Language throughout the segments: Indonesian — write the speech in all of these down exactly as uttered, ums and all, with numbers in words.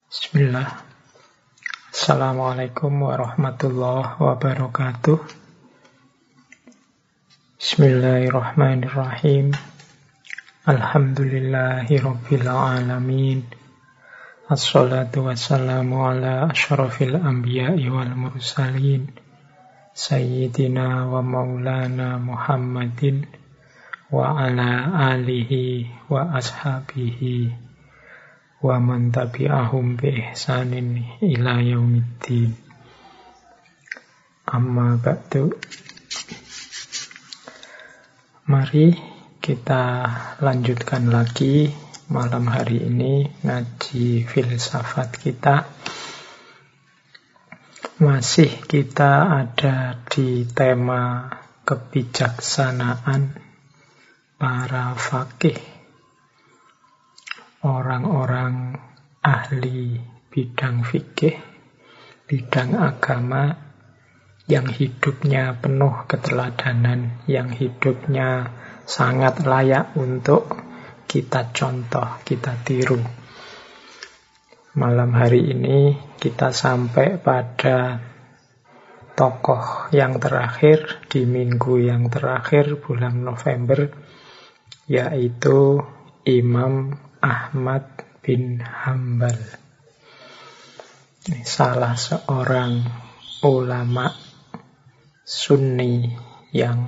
Bismillah. Assalamualaikum warahmatullahi wabarakatuh. Bismillahirrahmanirrahim. Alhamdulillahi rabbil alamin. Assalatu wassalamu ala asyrafil anbiya'i wal mursalin, Sayyidina wa maulana Muhammadin wa ala alihi wa ashabihi wa man tabi'ahum bi ihsanin ila yaumiddin. Amma ba'du. Mari kita lanjutkan lagi malam hari ini ngaji filsafat kita. Masih kita ada di tema kebijaksanaan para faqih, orang-orang ahli bidang fikih, bidang agama, yang hidupnya penuh keteladanan, yang hidupnya sangat layak untuk kita contoh, kita tiru. Malam hari ini kita sampai pada tokoh yang terakhir di minggu yang terakhir bulan November, yaitu Imam Ahmad bin Hanbal. Ini salah seorang ulama Sunni yang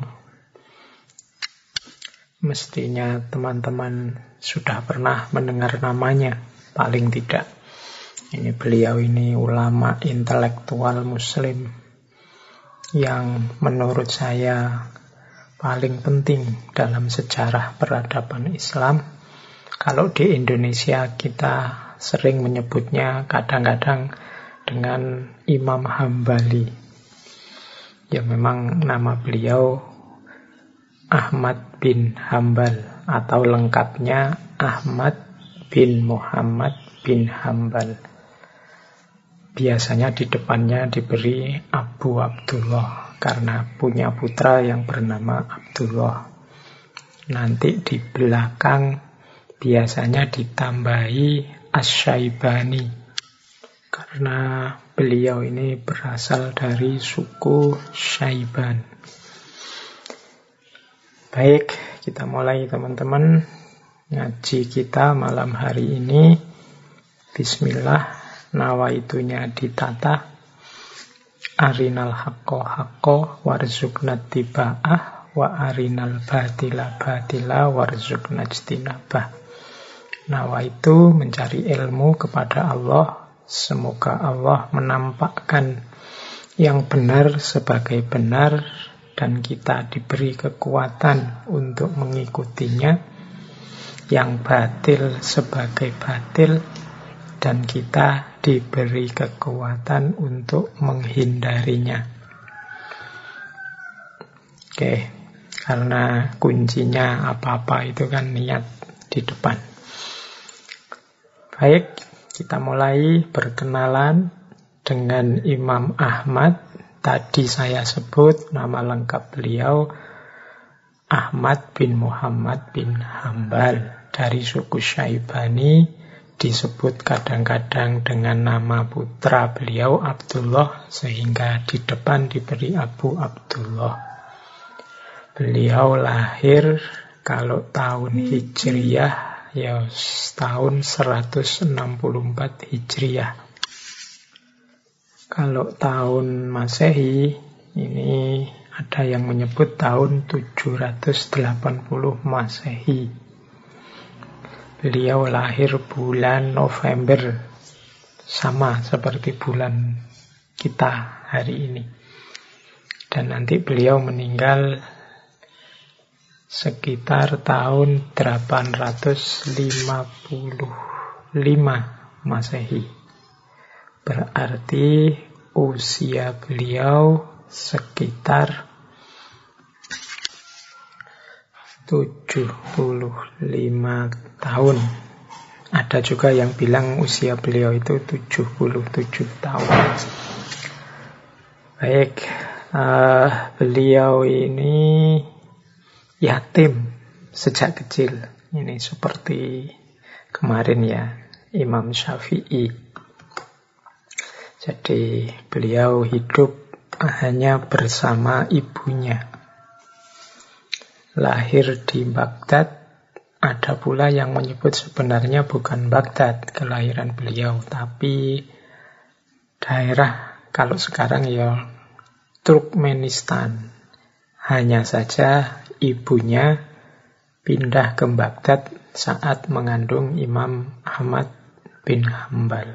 mestinya teman-teman sudah pernah mendengar namanya, paling tidak. Ini beliau ini ulama intelektual Muslim yang menurut saya paling penting dalam sejarah peradaban Islam. Kalau di Indonesia kita sering menyebutnya kadang-kadang dengan Imam Hambali. Ya memang nama beliau Ahmad bin Hanbal atau lengkapnya Ahmad bin Muhammad bin Hanbal. Biasanya di depannya diberi Abu Abdullah karena punya putra yang bernama Abdullah. Nanti di belakang biasanya ditambahi Asy-Syaibani karena beliau ini berasal dari suku Syaiban. Baik, kita mulai teman-teman ngaji kita malam hari ini. Bismillah, nawaitunya ditata. Arinal haqqo haqqo warzuqna tiba'ah wa arinal batila batila warzuqna ijtinabah. Nawaitu mencari ilmu kepada Allah, semoga Allah menampakkan yang benar sebagai benar dan kita diberi kekuatan untuk mengikutinya, yang batil sebagai batil dan kita diberi kekuatan untuk menghindarinya. Oke, karena kuncinya apa-apa itu kan niat di depan. Baik, kita mulai berkenalan dengan Imam Ahmad. Tadi saya sebut nama lengkap beliau Ahmad bin Muhammad bin Hanbal dari suku Syaibani, disebut kadang-kadang dengan nama putra beliau Abdullah, sehingga di depan diberi Abu Abdullah. Beliau lahir kalau tahun Hijriyah ya tahun seratus enam puluh empat Hijriah. Kalau tahun Masehi ini ada yang menyebut tahun tujuh ratus delapan puluh Masehi. Beliau lahir bulan November, sama seperti bulan kita hari ini. Dan nanti beliau meninggal sekitar tahun delapan ratus lima puluh lima Masehi. Berarti usia beliau sekitar tujuh puluh lima tahun. Ada juga yang bilang usia beliau itu tujuh puluh tujuh tahun. Baik, uh, beliau ini yatim sejak kecil. Ini seperti kemarin ya, Imam Syafi'i. Jadi beliau hidup hanya bersama ibunya. Lahir di Baghdad. Ada pula yang menyebut sebenarnya bukan Baghdad kelahiran beliau, tapi daerah kalau sekarang ya Turkmenistan. Hanya saja ibunya pindah ke Baghdad saat mengandung Imam Ahmad bin Hambal.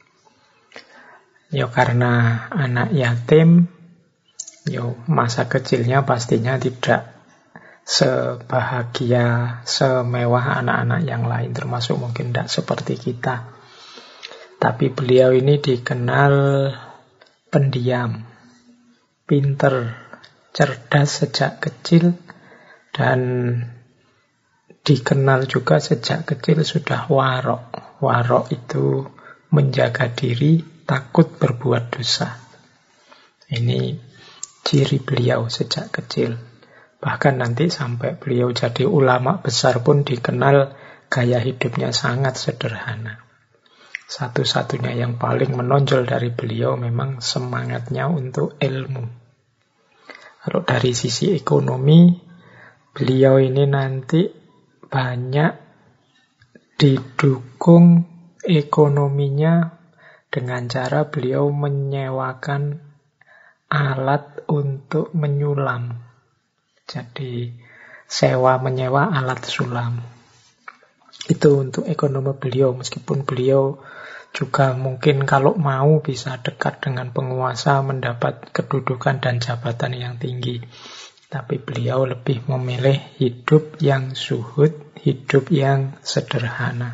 Ya karena anak yatim, ya masa kecilnya pastinya tidak sebahagia, semewah anak-anak yang lain, termasuk mungkin tidak seperti kita. Tapi beliau ini dikenal pendiam, pinter, cerdas sejak kecil, dan dikenal juga sejak kecil sudah warok. Warok itu menjaga diri, takut berbuat dosa. Ini ciri beliau sejak kecil. Bahkan nanti sampai beliau jadi ulama besar pun dikenal gaya hidupnya sangat sederhana. Satu-satunya yang paling menonjol dari beliau memang semangatnya untuk ilmu. Kalau dari sisi ekonomi, beliau ini nanti banyak didukung ekonominya dengan cara beliau menyewakan alat untuk menyulam. Jadi sewa menyewa alat sulam. Itu untuk ekonomi beliau, meskipun beliau juga mungkin kalau mau bisa dekat dengan penguasa, mendapat kedudukan dan jabatan yang tinggi. Tapi beliau lebih memilih hidup yang zuhud, hidup yang sederhana.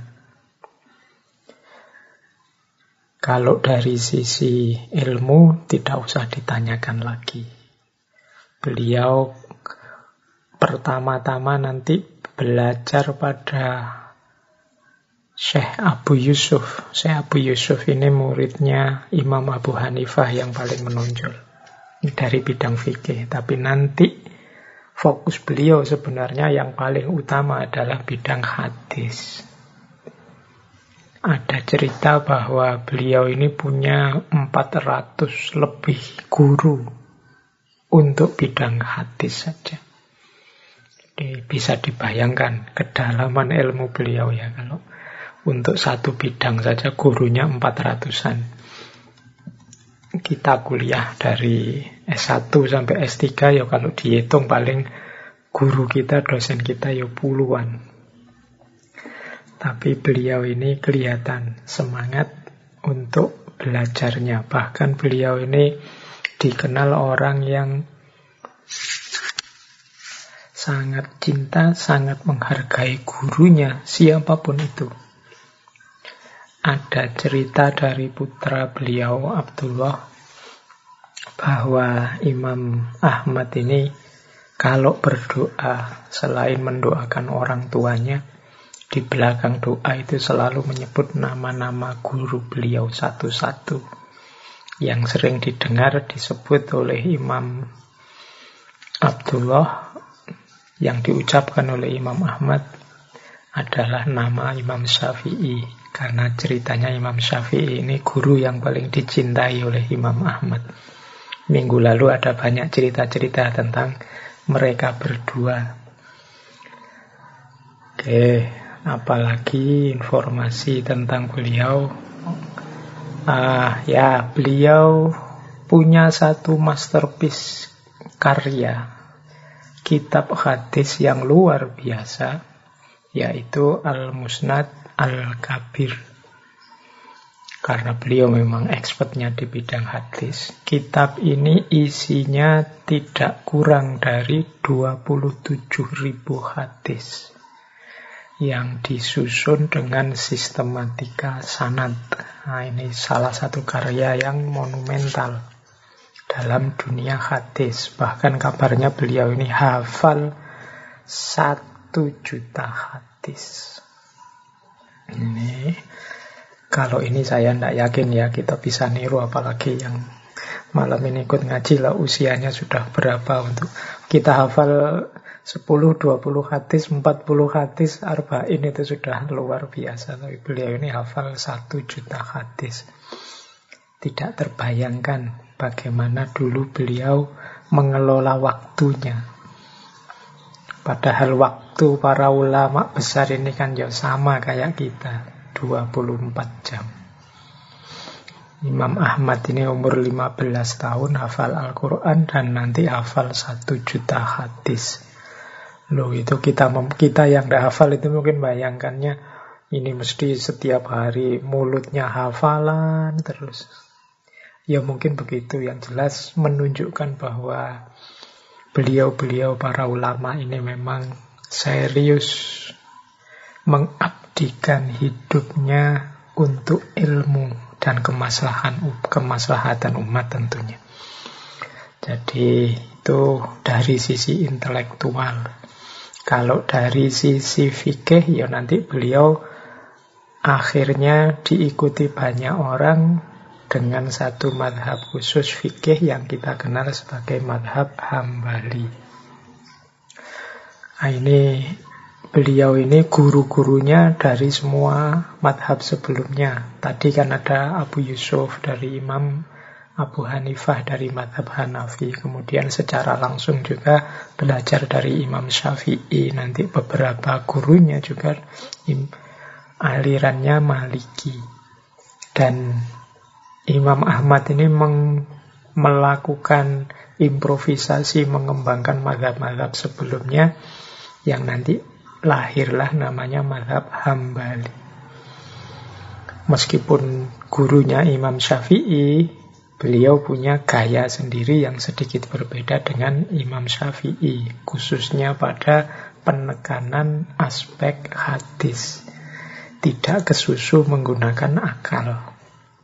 Kalau dari sisi ilmu tidak usah ditanyakan lagi. Beliau pertama-tama nanti belajar pada Syekh Abu Yusuf. Syekh Abu Yusuf ini muridnya Imam Abu Hanifah yang paling menonjol dari bidang fikih. Tapi nanti fokus beliau sebenarnya yang paling utama adalah bidang hadis. Ada cerita bahwa beliau ini punya empat ratus lebih guru untuk bidang hadis saja. Jadi bisa dibayangkan kedalaman ilmu beliau ya, kalau untuk satu bidang saja gurunya empat ratusan. Kita kuliah dari S satu sampai S tiga ya kalau dihitung paling guru kita, dosen kita ya puluhan. Tapi beliau ini kelihatan semangat untuk belajarnya. Bahkan beliau ini dikenal orang yang sangat cinta, sangat menghargai gurunya, siapapun itu. Ada cerita dari putra beliau, Abdullah, bahwa Imam Ahmad ini kalau berdoa, selain mendoakan orang tuanya, di belakang doa itu selalu menyebut nama-nama guru beliau satu-satu. Yang sering didengar disebut oleh Imam Abdullah, yang diucapkan oleh Imam Ahmad adalah nama Imam Syafi'i. Karena ceritanya Imam Syafi'i ini guru yang paling dicintai oleh Imam Ahmad. Minggu lalu ada banyak cerita-cerita tentang mereka berdua. Oke, apalagi informasi tentang beliau. Ah, ya, beliau punya satu masterpiece karya kitab hadis yang luar biasa, yaitu Al-Musnad Al-Kabir. Karena beliau memang expertnya di bidang hadis. Kitab ini isinya tidak kurang dari dua puluh tujuh ribu hadis yang disusun dengan sistematika sanad. Nah, ini salah satu karya yang monumental dalam dunia hadis. Bahkan kabarnya beliau ini hafal satu juta hadis. Ini kalau ini saya tidak yakin ya kita bisa niru, apalagi yang malam ini ikut ngaji lah usianya sudah berapa untuk kita hafal sepuluh, dua puluh hadis, empat puluh hadis, arba'in itu sudah luar biasa. Tapi beliau ini hafal satu juta hadis. tidak terbayangkan bagaimana dulu beliau mengelola waktunya. Padahal waktu para ulama besar ini kan ya sama kayak kita, dua puluh empat jam. Imam Ahmad ini umur lima belas tahun hafal Al-Quran dan nanti hafal satu juta hadis. Loh, itu kita kita yang dah hafal itu mungkin bayangkannya ini mesti setiap hari mulutnya hafalan terus. Ya mungkin begitu, yang jelas menunjukkan bahwa beliau-beliau para ulama ini memang serius mengabdikan hidupnya untuk ilmu dan kemaslahatan kemaslahatan umat tentunya. Jadi itu dari sisi intelektual. Kalau dari sisi fikih, ya nanti beliau akhirnya diikuti banyak orang dengan satu madhab khusus fikih yang kita kenal sebagai madhab Hambali. Nah, ini beliau ini guru-gurunya dari semua madhab sebelumnya. Tadi kan ada Abu Yusuf dari Imam Abu Hanifah dari madhab Hanafi. Kemudian secara langsung juga belajar dari Imam Syafi'i. Nanti beberapa gurunya juga alirannya Maliki. Dan Imam Ahmad ini meng, melakukan improvisasi, mengembangkan madhab-madhab sebelumnya yang nanti lahirlah namanya madhab Hambali. Meskipun gurunya Imam Syafi'i, beliau punya gaya sendiri yang sedikit berbeda dengan Imam Syafi'i, khususnya pada penekanan aspek hadis. Tidak kesusu menggunakan akal.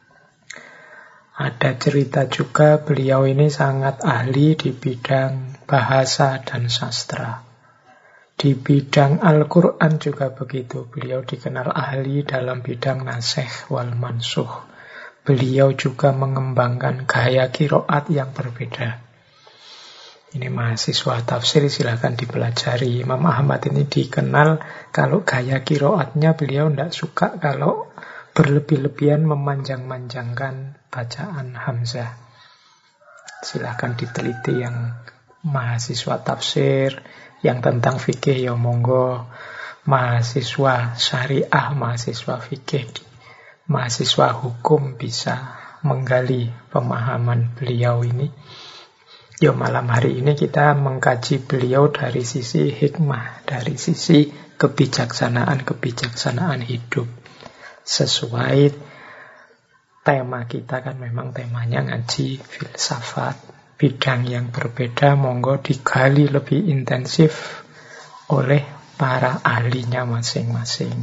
Ada cerita juga beliau ini sangat ahli di bidang bahasa dan sastra. Di bidang Al-Quran juga begitu. Beliau dikenal ahli dalam bidang nasikh wal mansukh. Beliau juga mengembangkan gaya qiraat yang berbeda. Ini mahasiswa tafsir silahkan dipelajari. Imam Ahmad ini dikenal kalau gaya qiraatnya beliau tidak suka kalau berlebih-lebihan memanjang-manjangkan bacaan Hamzah. Silahkan diteliti yang mahasiswa tafsir, yang tentang fikih ya monggo, mahasiswa syariah, mahasiswa fikih, mahasiswa hukum bisa menggali pemahaman beliau ini. Ya malam hari ini kita mengkaji beliau dari sisi hikmah, dari sisi kebijaksanaan-kebijaksanaan hidup. Sesuai tema kita kan memang temanya ngaji filsafat. Bidang yang berbeda monggo digali lebih intensif oleh para ahlinya masing-masing.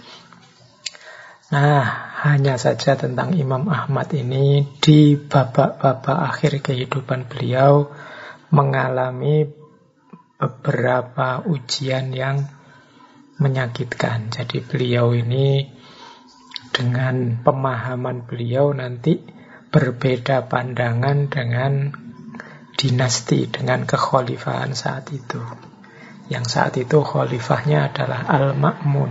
Nah, hanya saja tentang Imam Ahmad ini di babak-babak akhir kehidupan beliau mengalami beberapa ujian yang menyakitkan. Jadi beliau ini dengan pemahaman beliau nanti berbeda pandangan dengan dinasti, dengan kekhalifahan saat itu. Yang saat itu khalifahnya adalah Al-Ma'mun.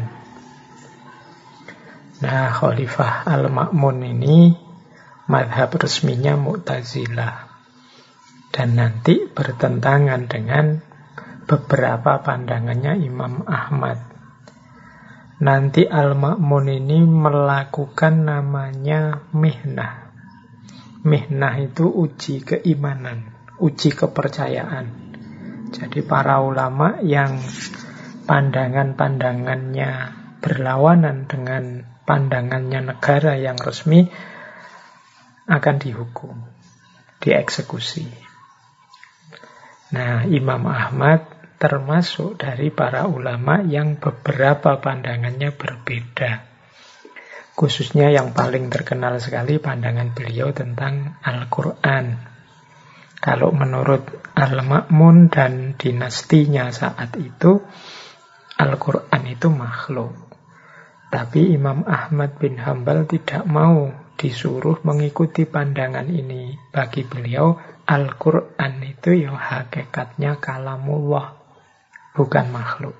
Nah, khalifah Al-Ma'mun ini madhab resminya Mu'tazilah. Dan nanti bertentangan dengan beberapa pandangannya Imam Ahmad. Nanti Al-Ma'mun ini melakukan namanya mihnah. Mihnah itu uji keimanan, uji kepercayaan. Jadi para ulama yang pandangan-pandangannya berlawanan dengan pandangannya negara yang resmi akan dihukum, dieksekusi. Nah, Imam Ahmad termasuk dari para ulama yang beberapa pandangannya berbeda. Khususnya yang paling terkenal sekali pandangan beliau tentang Al-Quran. Kalau menurut Al-Ma'mun dan dinastinya saat itu, Al-Quran itu makhluk. Tapi Imam Ahmad bin Hambal tidak mau disuruh mengikuti pandangan ini. Bagi beliau, Al-Quran itu ya hakikatnya kalamullah, bukan makhluk.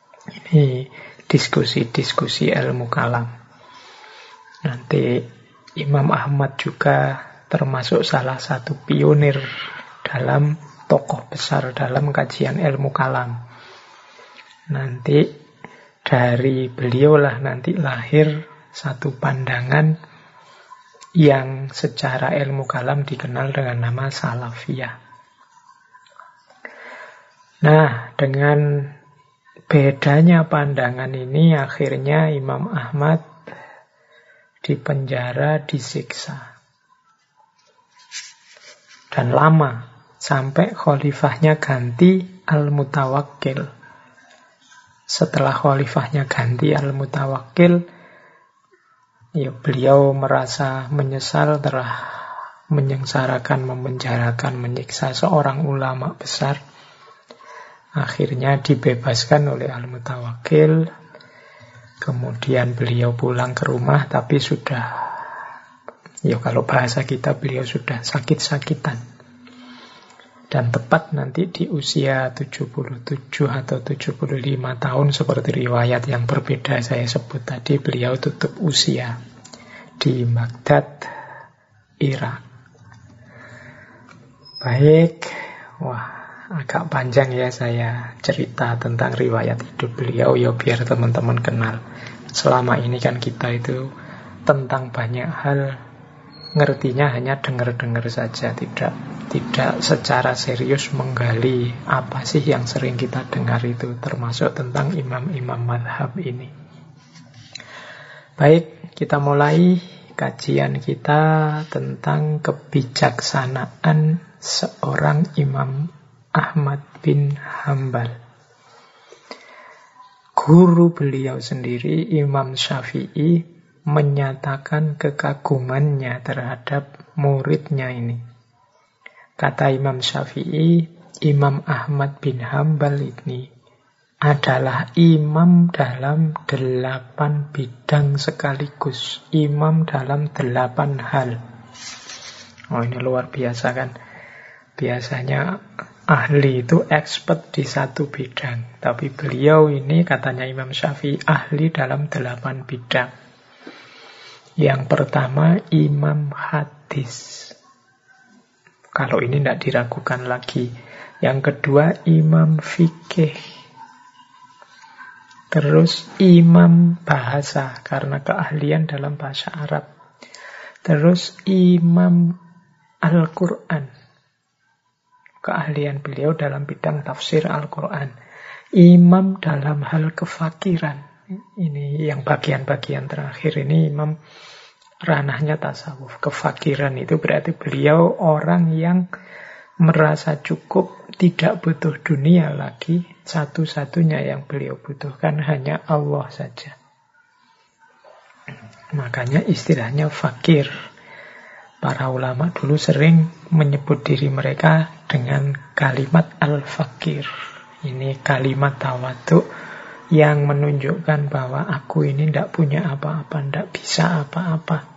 Ini diskusi-diskusi ilmu kalam. Nanti Imam Ahmad juga termasuk salah satu pionir dalam tokoh besar dalam kajian ilmu kalam. Nanti dari beliaulah nanti lahir satu pandangan yang secara ilmu kalam dikenal dengan nama salafiyah. Nah, dengan bedanya pandangan ini akhirnya Imam Ahmad dipenjara, disiksa. Dan lama, sampai khalifahnya ganti Al-Mutawakkil. Setelah khalifahnya ganti Al-Mutawakkil, ya beliau merasa menyesal telah menyengsarakan, memenjarakan, menyiksa seorang ulama besar. Akhirnya dibebaskan oleh Al-Mutawakkil. Kemudian beliau pulang ke rumah, tapi sudah, ya kalau bahasa kita, beliau sudah sakit-sakitan. Dan tepat nanti di usia tujuh puluh tujuh atau tujuh puluh lima tahun, seperti riwayat yang berbeda saya sebut tadi, beliau tutup usia di Baghdad, Irak. Baik, wah agak panjang ya saya cerita tentang riwayat hidup beliau, ya biar teman-teman kenal. Selama ini kan kita itu tentang banyak hal ngertinya hanya dengar-dengar saja, tidak tidak secara serius menggali apa sih yang sering kita dengar itu, termasuk tentang imam-imam madhab ini. Baik, kita mulai kajian kita tentang kebijaksanaan seorang Imam Ahmad bin Hambal. Guru beliau sendiri, Imam Syafi'i, menyatakan kekagumannya terhadap muridnya ini. Kata Imam Syafi'i, Imam Ahmad bin Hambal ini adalah imam dalam delapan bidang sekaligus. Imam dalam delapan hal. Oh, ini luar biasa kan. Biasanya ahli itu expert di satu bidang. Tapi beliau ini, katanya Imam Syafi'i, ahli dalam delapan bidang. Yang pertama, imam hadis. Kalau ini tidak diragukan lagi. Yang kedua, imam fikih. Terus imam bahasa, karena keahlian dalam bahasa Arab. Terus imam Al-Quran. Keahlian beliau dalam bidang tafsir Al-Quran. Imam dalam hal kefakiran. Ini yang bagian-bagian terakhir ini imam ranahnya tasawuf. Kefakiran itu berarti beliau orang yang merasa cukup, tidak butuh dunia lagi. Satu-satunya yang beliau butuhkan hanya Allah saja. Makanya istilahnya fakir. Para ulama dulu sering menyebut diri mereka dengan kalimat al-fakir. Ini kalimat tawadhu yang menunjukkan bahwa aku ini tidak punya apa-apa, tidak bisa apa-apa.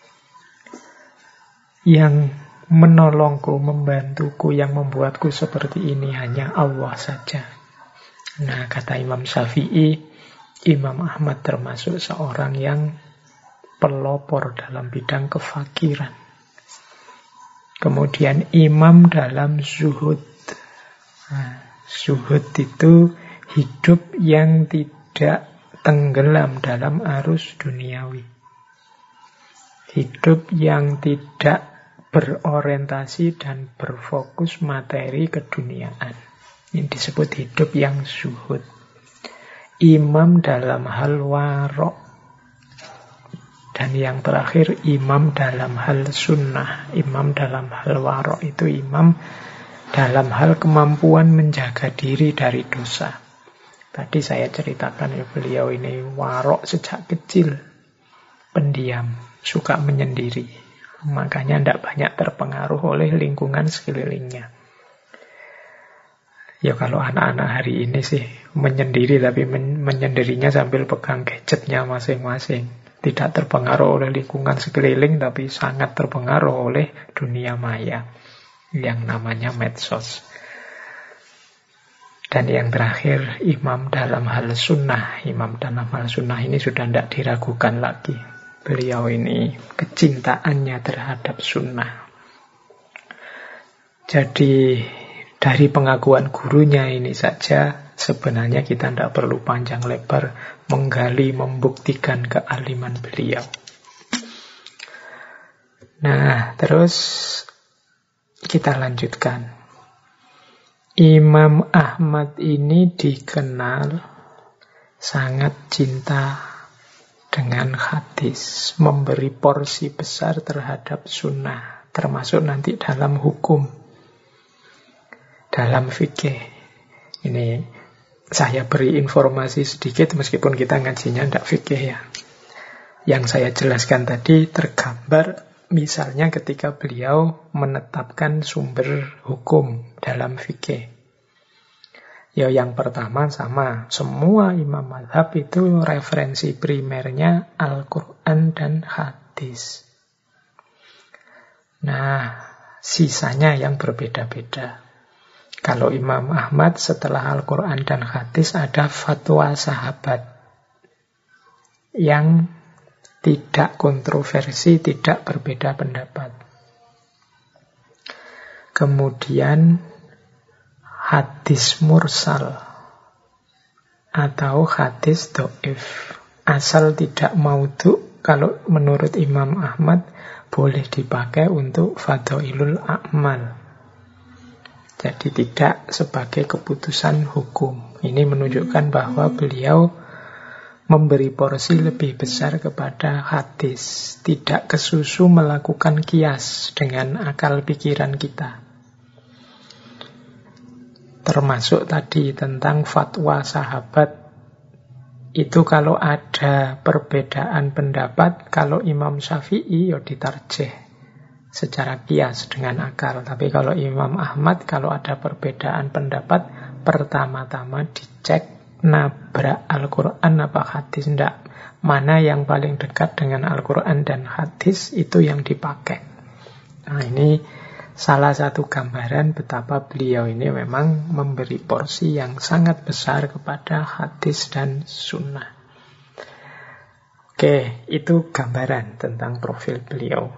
Yang menolongku, membantuku, yang membuatku seperti ini hanya Allah saja. Nah, kata Imam Syafi'i, Imam Ahmad termasuk seorang yang pelopor dalam bidang kefakiran. Kemudian imam dalam zuhud. Nah, zuhud itu hidup yang tidak tenggelam dalam arus duniawi. Hidup yang tidak berorientasi dan berfokus materi keduniaan. Ini disebut hidup yang zuhud. Imam dalam hal warok. Dan yang terakhir, imam dalam hal sunnah. Imam dalam hal warok itu imam dalam hal kemampuan menjaga diri dari dosa. Tadi saya ceritakan ya, beliau ini warok sejak kecil, pendiam, suka menyendiri. Makanya tidak banyak terpengaruh oleh lingkungan sekelilingnya. Ya kalau anak-anak hari ini sih menyendiri, tapi men menyendirinya sambil pegang gadgetnya masing-masing. Tidak terpengaruh oleh lingkungan sekeliling, tapi sangat terpengaruh oleh dunia maya yang namanya medsos. Dan yang terakhir, imam dalam hal sunnah. Imam dalam hal sunnah ini sudah tidak diragukan lagi. beliau ini, kecintaannya terhadap sunnah. Jadi dari pengakuan gurunya ini saja sebenarnya kita tidak perlu panjang lebar menggali, membuktikan kealiman beliau. Nah, terus kita lanjutkan. Imam Ahmad ini dikenal sangat cinta dengan hadis, memberi porsi besar terhadap sunnah, termasuk nanti dalam hukum, dalam fikih. Ini saya beri informasi sedikit meskipun kita ngajinya tidak fikih ya. Yang saya jelaskan tadi tergambar misalnya ketika beliau menetapkan sumber hukum dalam fikih. Ya yang pertama sama, semua imam mazhab itu referensi primernya Al-Quran dan hadis. Nah, sisanya yang berbeda-beda. Kalau Imam Ahmad setelah Al-Quran dan hadis ada fatwa sahabat yang tidak kontroversi, tidak berbeda pendapat. Kemudian hadis mursal atau hadis do'if, asal tidak maudhu, kalau menurut Imam Ahmad boleh dipakai untuk fadhailul a'mal. Jadi tidak sebagai keputusan hukum. Ini menunjukkan bahwa beliau memberi porsi lebih besar kepada hadis, tidak kesusu melakukan kias dengan akal pikiran kita. Termasuk tadi tentang fatwa sahabat, itu kalau ada perbedaan pendapat, kalau Imam Syafi'i ya ditarjih secara kias dengan akal. Tapi kalau Imam Ahmad, kalau ada perbedaan pendapat, pertama-tama dicek nabrak Al-Quran apa hadis, enggak. Mana yang paling dekat dengan Al-Quran dan hadis, itu yang dipakai. Nah, ini salah satu gambaran betapa beliau ini memang memberi porsi yang sangat besar kepada hadis dan sunnah. Oke, itu gambaran tentang profil beliau.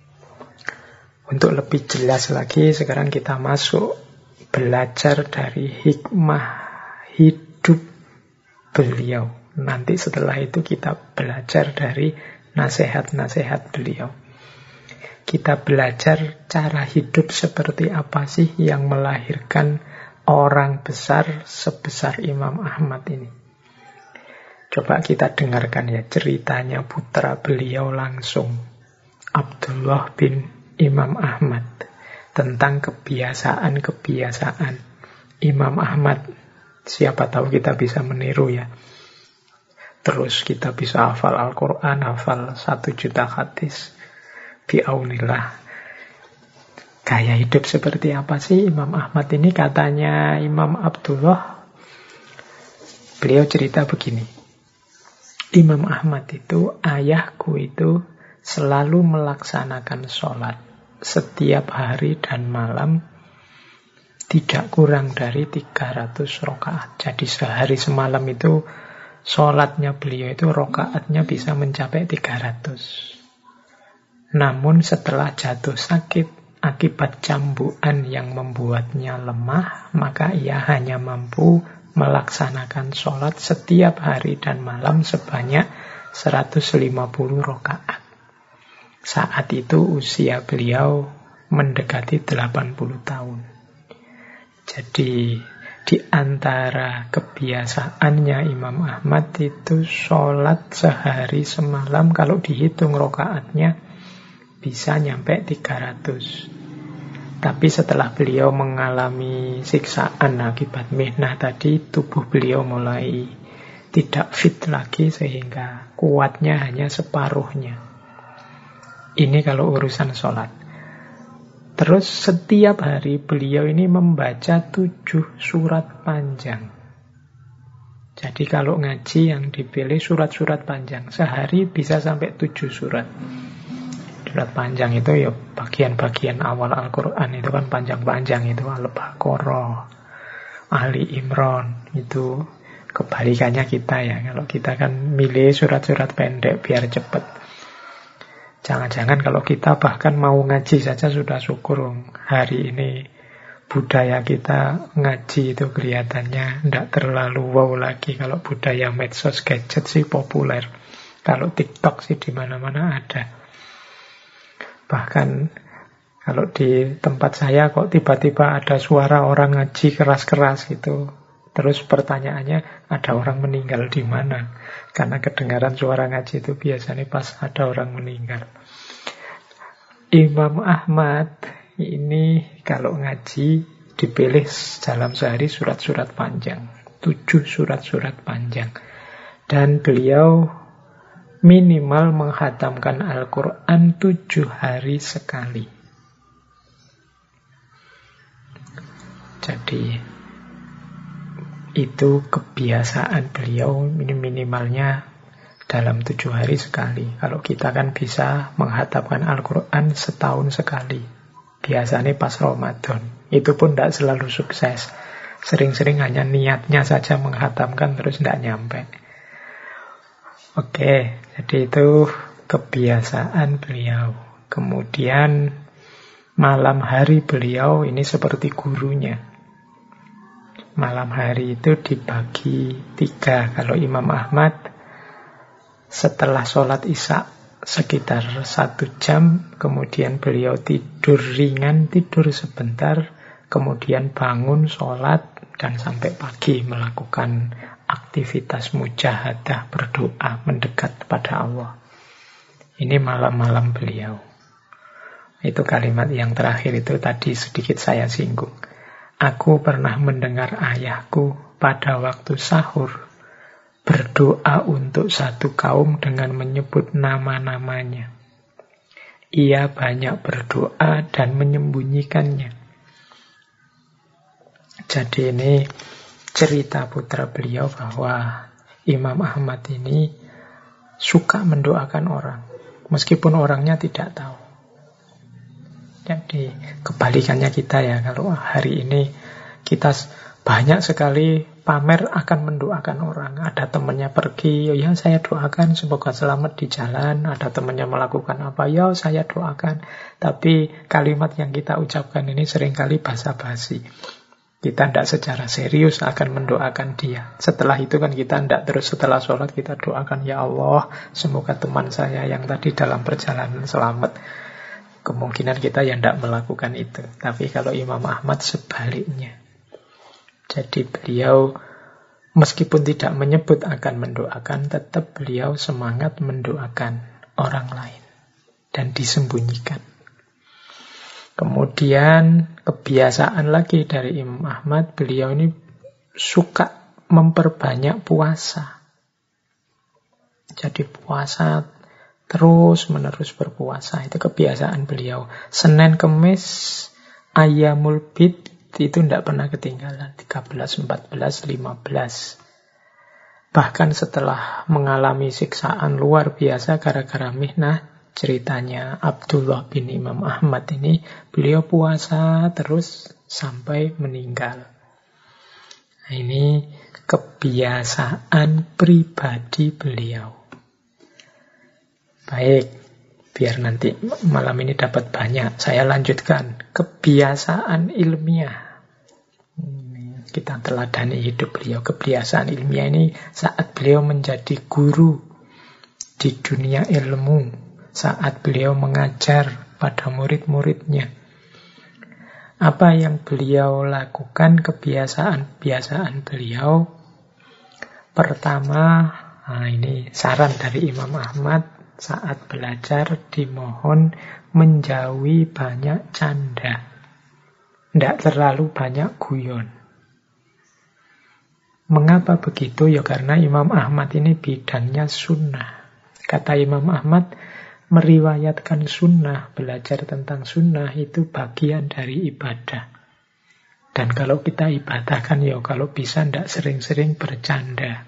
Untuk lebih jelas lagi, sekarang kita masuk belajar dari hikmah hidup beliau. Nanti setelah itu kita belajar dari nasihat-nasihat beliau. Kita belajar cara hidup seperti apa sih yang melahirkan orang besar sebesar Imam Ahmad ini. Coba kita dengarkan ya ceritanya putra beliau langsung, Abdullah bin Imam Ahmad, tentang kebiasaan-kebiasaan Imam Ahmad. Siapa tahu kita bisa meniru ya. Terus kita bisa hafal Al-Quran, hafal satu juta hadis. Bi'aunillah. Gaya hidup seperti apa sih Imam Ahmad ini? Katanya Imam Abdullah, beliau cerita begini. Imam Ahmad itu, ayahku itu selalu melaksanakan sholat setiap hari dan malam tidak kurang dari tiga ratus rakaat. Jadi sehari semalam itu sholatnya beliau itu rakaatnya bisa mencapai tiga ratus. Namun setelah jatuh sakit akibat cambukan yang membuatnya lemah, maka ia hanya mampu melaksanakan sholat setiap hari dan malam sebanyak seratus lima puluh rakaat. Saat itu usia beliau mendekati delapan puluh tahun. Jadi di antara kebiasaannya Imam Ahmad itu sholat sehari semalam, kalau dihitung rakaatnya bisa nyampe tiga ratus. Tapi setelah beliau mengalami siksaan akibat mihnah tadi, tubuh beliau mulai tidak fit lagi sehingga kuatnya hanya separuhnya. Ini kalau urusan sholat. Terus setiap hari beliau ini membaca tujuh surat panjang. Jadi kalau ngaji yang dipilih surat-surat panjang. Sehari bisa sampai tujuh surat. Surat panjang itu ya bagian-bagian awal Al-Quran itu kan panjang-panjang itu. Al-Baqarah, Ali Imran, itu kebalikannya kita ya. Kalau kita kan milih surat-surat pendek biar cepat. Jangan-jangan kalau kita bahkan mau ngaji saja sudah syukur. Hari ini budaya kita ngaji itu kelihatannya tidak terlalu wow lagi. Kalau budaya medsos gadget sih populer. Kalau TikTok sih di mana-mana ada. Bahkan kalau di tempat saya kok tiba-tiba ada suara orang ngaji keras-keras gitu. Terus pertanyaannya, ada orang meninggal di mana? Karena kedengaran suara ngaji itu biasanya pas ada orang meninggal. Imam Ahmad ini kalau ngaji dipilih dalam sehari surat-surat panjang. Tujuh surat-surat panjang. Dan beliau minimal menghatamkan Al-Quran tujuh hari sekali. Jadi itu kebiasaan beliau, minimalnya dalam tujuh hari sekali. Kalau kita kan bisa menghatamkan Al-Quran setahun sekali. Biasanya pas Ramadan. Itu pun tidak selalu sukses. Sering-sering hanya niatnya saja menghatamkan terus tidak nyampe. Oke, jadi itu kebiasaan beliau. Kemudian malam hari beliau ini seperti gurunya. Malam hari itu dibagi tiga. Kalau Imam Ahmad setelah sholat isya sekitar satu jam, kemudian beliau tidur ringan, tidur sebentar, kemudian bangun sholat dan sampai pagi melakukan aktivitas mujahadah, berdoa, mendekat kepada Allah. Ini malam-malam beliau. Itu kalimat yang terakhir itu tadi sedikit saya singgung. Aku pernah mendengar ayahku pada waktu sahur berdoa untuk satu kaum dengan menyebut nama-namanya. Ia banyak berdoa dan menyembunyikannya. Jadi ini cerita putra beliau bahwa Imam Ahmad ini suka mendoakan orang, meskipun orangnya tidak tahu. Jadi kebalikannya kita ya, kalau hari ini kita banyak sekali pamer akan mendoakan orang. Ada temannya pergi, ya saya doakan semoga selamat di jalan. Ada temannya melakukan apa, ya saya doakan. Tapi kalimat yang kita ucapkan ini seringkali basa-basi. Kita tidak secara serius akan mendoakan dia. Setelah itu kan kita tidak terus setelah sholat kita doakan, ya Allah semoga teman saya yang tadi dalam perjalanan selamat. Kemungkinan kita yang tidak melakukan itu. Tapi kalau Imam Ahmad sebaliknya. Jadi beliau meskipun tidak menyebut akan mendoakan, tetap beliau semangat mendoakan orang lain. Dan disembunyikan. Kemudian kebiasaan lagi dari Imam Ahmad, beliau ini suka memperbanyak puasa. Jadi puasa terus menerus berpuasa, itu kebiasaan beliau. Senin, Kemis, Ayyamul Bid itu tidak pernah ketinggalan. tiga belas, empat belas, lima belas. Bahkan setelah mengalami siksaan luar biasa gara-gara mihnah, ceritanya Abdullah bin Imam Ahmad ini, beliau puasa terus sampai meninggal. Nah, ini kebiasaan pribadi beliau. Baik, biar nanti malam ini dapat banyak, saya lanjutkan. Kebiasaan ilmiah. Kita teladani hidup beliau. Kebiasaan ilmiah ini saat beliau menjadi guru di dunia ilmu, saat beliau mengajar pada murid-muridnya. Apa yang beliau lakukan, kebiasaan-kebiasaan beliau? Pertama, nah ini saran dari Imam Ahmad, saat belajar dimohon menjauhi banyak canda. Tidak terlalu banyak guyon. Mengapa begitu? Ya karena Imam Ahmad ini bidangnya sunnah. Kata Imam Ahmad, meriwayatkan sunnah, belajar tentang sunnah itu bagian dari ibadah. Dan kalau kita ibadah kan ya kalau bisa tidak sering-sering bercanda.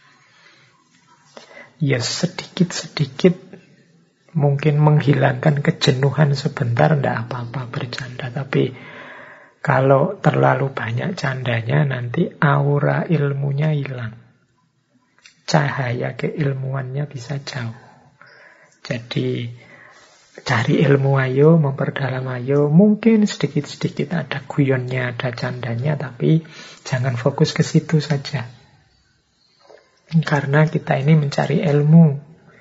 Ya sedikit-sedikit mungkin menghilangkan kejenuhan sebentar, tidak apa-apa bercanda. Tapi kalau terlalu banyak candanya nanti aura ilmunya hilang. Cahaya keilmuannya bisa jauh. Jadi cari ilmu ayo, memperdalam ayo. Mungkin sedikit-sedikit ada guyonnya, ada candanya, tapi jangan fokus ke situ saja. Karena kita ini mencari ilmu,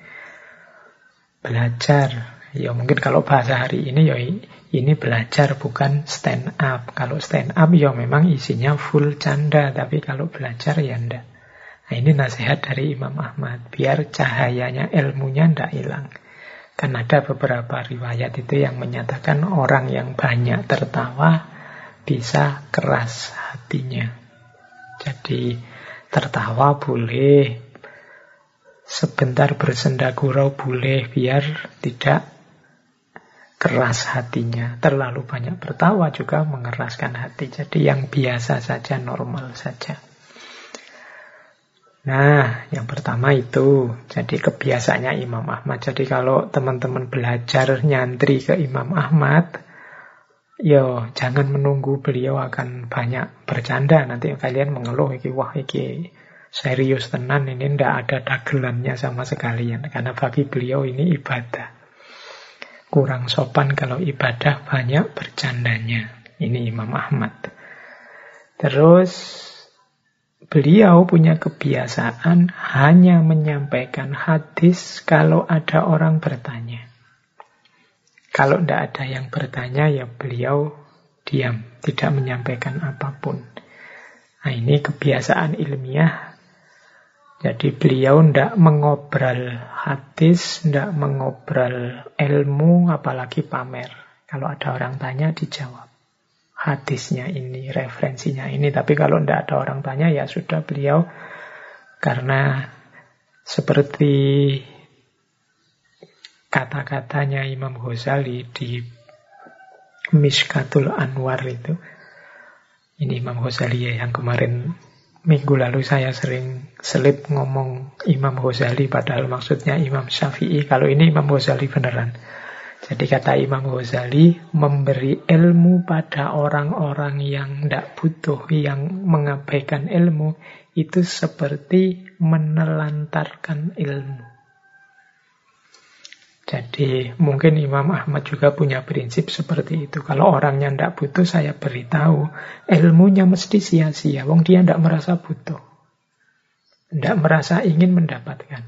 belajar. Ya mungkin kalau bahasa hari ini ya ini belajar bukan stand up. Kalau stand up ya memang isinya full canda, tapi kalau belajar ya enggak. Nah ini nasihat dari Imam Ahmad, biar cahayanya ilmunya enggak hilang. Kan ada beberapa riwayat itu yang menyatakan orang yang banyak tertawa bisa keras hatinya. Jadi tertawa boleh, sebentar bersenda gurau boleh, biar tidak keras hatinya. Terlalu banyak tertawa juga mengeraskan hati. Jadi yang biasa saja, normal saja. Nah, yang pertama itu, jadi kebiasaannya Imam Ahmad. Jadi kalau teman-teman belajar nyantri ke Imam Ahmad, yo jangan menunggu beliau akan banyak bercanda. Nanti kalian mengeluh, iki wah iki serius tenan, ini ndak ada dagelannya sama sekalian. Karena bagi beliau ini ibadah. Kurang sopan kalau ibadah banyak bercandanya. Ini Imam Ahmad. Terus beliau punya kebiasaan hanya menyampaikan hadis kalau ada orang bertanya. Kalau tidak ada yang bertanya, ya beliau diam, tidak menyampaikan apapun. Nah ini kebiasaan ilmiah. Jadi beliau tidak mengobrol hadis, tidak mengobrol ilmu, apalagi pamer. Kalau ada orang tanya, dijawab. Hadisnya ini, referensinya ini. Tapi kalau tidak ada orang tanya, ya sudah beliau. Karena seperti kata-katanya Imam Ghazali di Mishkatul Anwar itu. Ini Imam Ghazali ya, yang kemarin minggu lalu saya sering selip ngomong Imam Ghazali, padahal maksudnya Imam Syafi'i. Kalau ini Imam Ghazali beneran. Jadi kata Imam Ghazali, memberi ilmu pada orang-orang yang tidak butuh, yang mengabaikan ilmu, itu seperti menelantarkan ilmu. Jadi mungkin Imam Ahmad juga punya prinsip seperti itu. Kalau orangnya tidak butuh, saya beritahu, ilmunya mesti sia-sia. Wong dia tidak merasa butuh, tidak merasa ingin mendapatkan.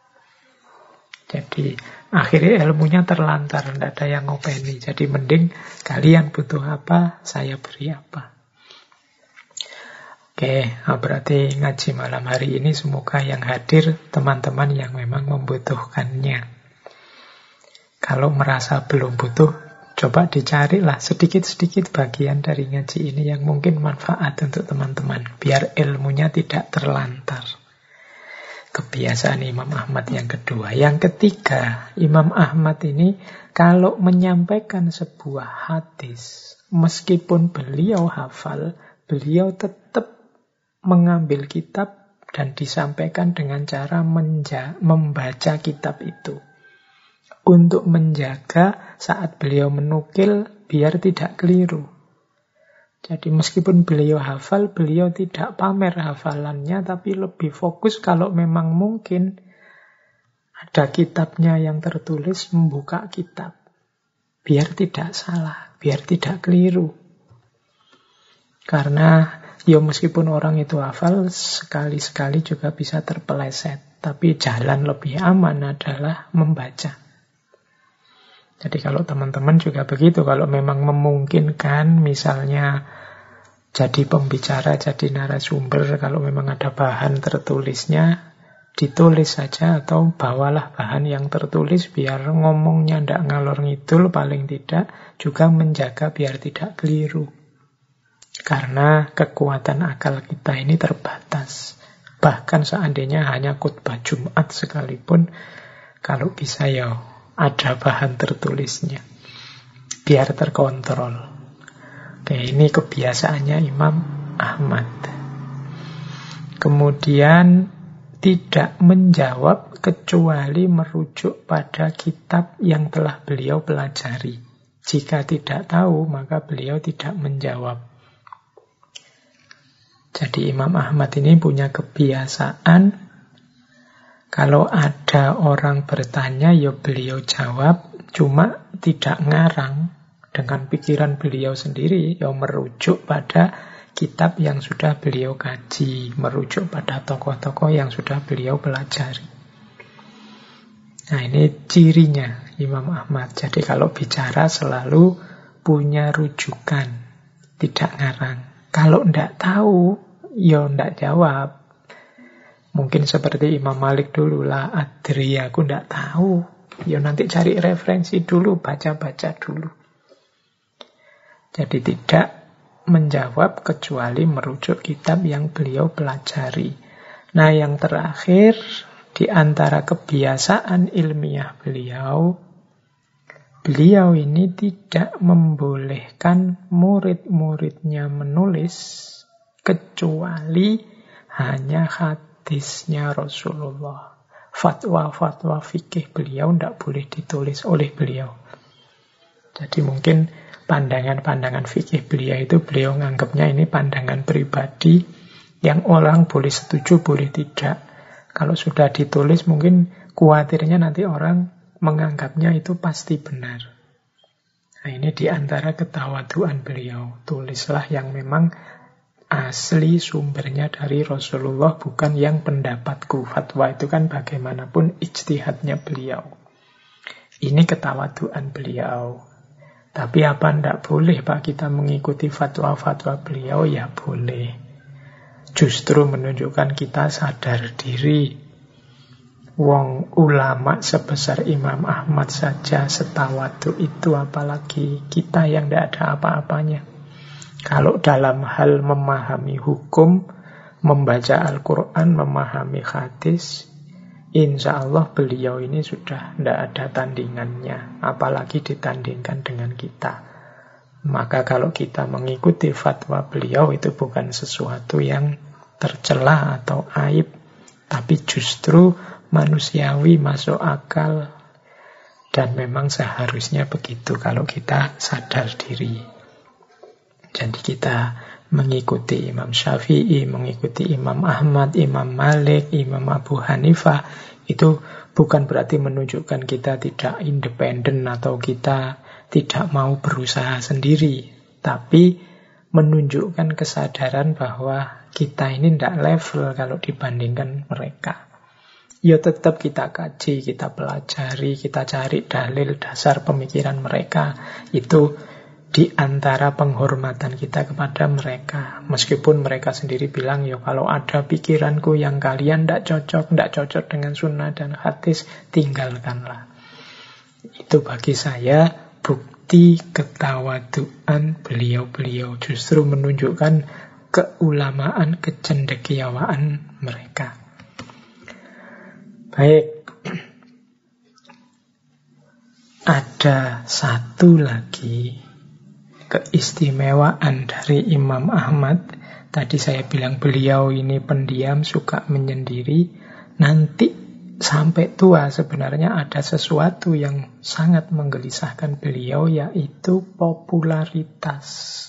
Jadi akhirnya ilmunya terlantar, tidak ada yang ngopeni. Jadi mending kalian butuh apa, saya beri apa. Oke, berarti ngaji malam hari ini semoga yang hadir teman-teman yang memang membutuhkannya. Kalau merasa belum butuh, coba dicarilah sedikit-sedikit bagian dari ngaji ini yang mungkin manfaat untuk teman-teman, biar ilmunya tidak terlantar. Kebiasaan Imam Ahmad yang kedua. Yang ketiga, Imam Ahmad ini kalau menyampaikan sebuah hadis, meskipun beliau hafal, beliau tetap mengambil kitab dan disampaikan dengan cara menja- membaca kitab itu. Untuk menjaga saat beliau menukil biar tidak keliru. Jadi meskipun beliau hafal, beliau tidak pamer hafalannya, tapi lebih fokus kalau memang mungkin ada kitabnya yang tertulis, membuka kitab. Biar tidak salah, biar tidak keliru. Karena ya meskipun orang itu hafal, sekali-sekali juga bisa terpeleset. Tapi jalan lebih aman adalah membaca. Jadi kalau teman-teman juga begitu, kalau memang memungkinkan misalnya jadi pembicara, jadi narasumber, kalau memang ada bahan tertulisnya, ditulis saja atau bawalah bahan yang tertulis biar ngomongnya tidak ngalor ngidul, paling tidak juga menjaga biar tidak keliru. Karena kekuatan akal kita ini terbatas. Bahkan seandainya hanya khutbah Jumat sekalipun, kalau bisa ya ada bahan tertulisnya, biar terkontrol. Oke, ini kebiasaannya Imam Ahmad. Kemudian tidak menjawab kecuali merujuk pada kitab yang telah beliau pelajari. Jika tidak tahu, maka beliau tidak menjawab. Jadi Imam Ahmad ini punya kebiasaan Kalau ada orang bertanya, ya beliau jawab, cuma tidak ngarang dengan pikiran beliau sendiri, ya merujuk pada kitab yang sudah beliau kaji, merujuk pada tokoh-tokoh yang sudah beliau pelajari. Nah, ini cirinya Imam Ahmad. Jadi kalau bicara selalu punya rujukan, tidak ngarang. Kalau tidak tahu, ya tidak jawab. Mungkin seperti Imam Malik dulu lah, adri, aku tidak tahu. Ya nanti cari referensi dulu, baca-baca dulu. Jadi tidak menjawab kecuali merujuk kitab yang beliau pelajari. Nah, yang terakhir, di antara kebiasaan ilmiah beliau, beliau ini tidak membolehkan murid-muridnya menulis kecuali hanya hadisnya Rasulullah. Fatwa-fatwa fikih beliau tidak boleh ditulis oleh beliau. Jadi mungkin pandangan-pandangan fikih beliau itu beliau nganggapnya ini pandangan pribadi yang orang boleh setuju, boleh tidak. Kalau sudah ditulis mungkin khawatirnya nanti orang menganggapnya itu pasti benar. Nah, ini diantara ketawaduan beliau. Tulislah yang memang asli sumbernya dari Rasulullah, bukan yang pendapatku. Fatwa itu kan bagaimanapun ijtihadnya beliau. Ini ketawaduan beliau. Tapi apa ndak boleh Pak kita mengikuti fatwa-fatwa beliau? Ya boleh. Justru menunjukkan kita sadar diri. Wong ulama sebesar Imam Ahmad saja setawadu itu, apalagi kita yang ndak ada apa-apanya. Kalau dalam hal memahami hukum, membaca Al-Quran, memahami hadis, insya Allah beliau ini sudah tidak ada tandingannya, apalagi ditandingkan dengan kita. Maka kalau kita mengikuti fatwa beliau, itu bukan sesuatu yang tercela atau aib, tapi justru manusiawi, masuk akal, dan memang seharusnya begitu kalau kita sadar diri. Jadi kita mengikuti Imam Syafi'i, mengikuti Imam Ahmad, Imam Malik, Imam Abu Hanifah, itu bukan berarti menunjukkan kita tidak independen atau kita tidak mau berusaha sendiri. Tapi menunjukkan kesadaran bahwa kita ini tidak level kalau dibandingkan mereka. Ya tetap kita kaji, kita pelajari, kita cari dalil dasar pemikiran mereka. Itu di antara penghormatan kita kepada mereka. Meskipun mereka sendiri bilang, ya kalau ada pikiranku yang kalian tidak cocok, tidak cocok dengan sunnah dan hadis, tinggalkanlah. Itu bagi saya bukti ketawaduan beliau-beliau. Justru menunjukkan keulamaan, kecendekiawaan mereka. Baik. Ada satu lagi keistimewaan dari Imam Ahmad. Tadi saya bilang beliau ini pendiam, suka menyendiri. Nanti sampai tua sebenarnya ada sesuatu yang sangat menggelisahkan beliau, yaitu popularitas.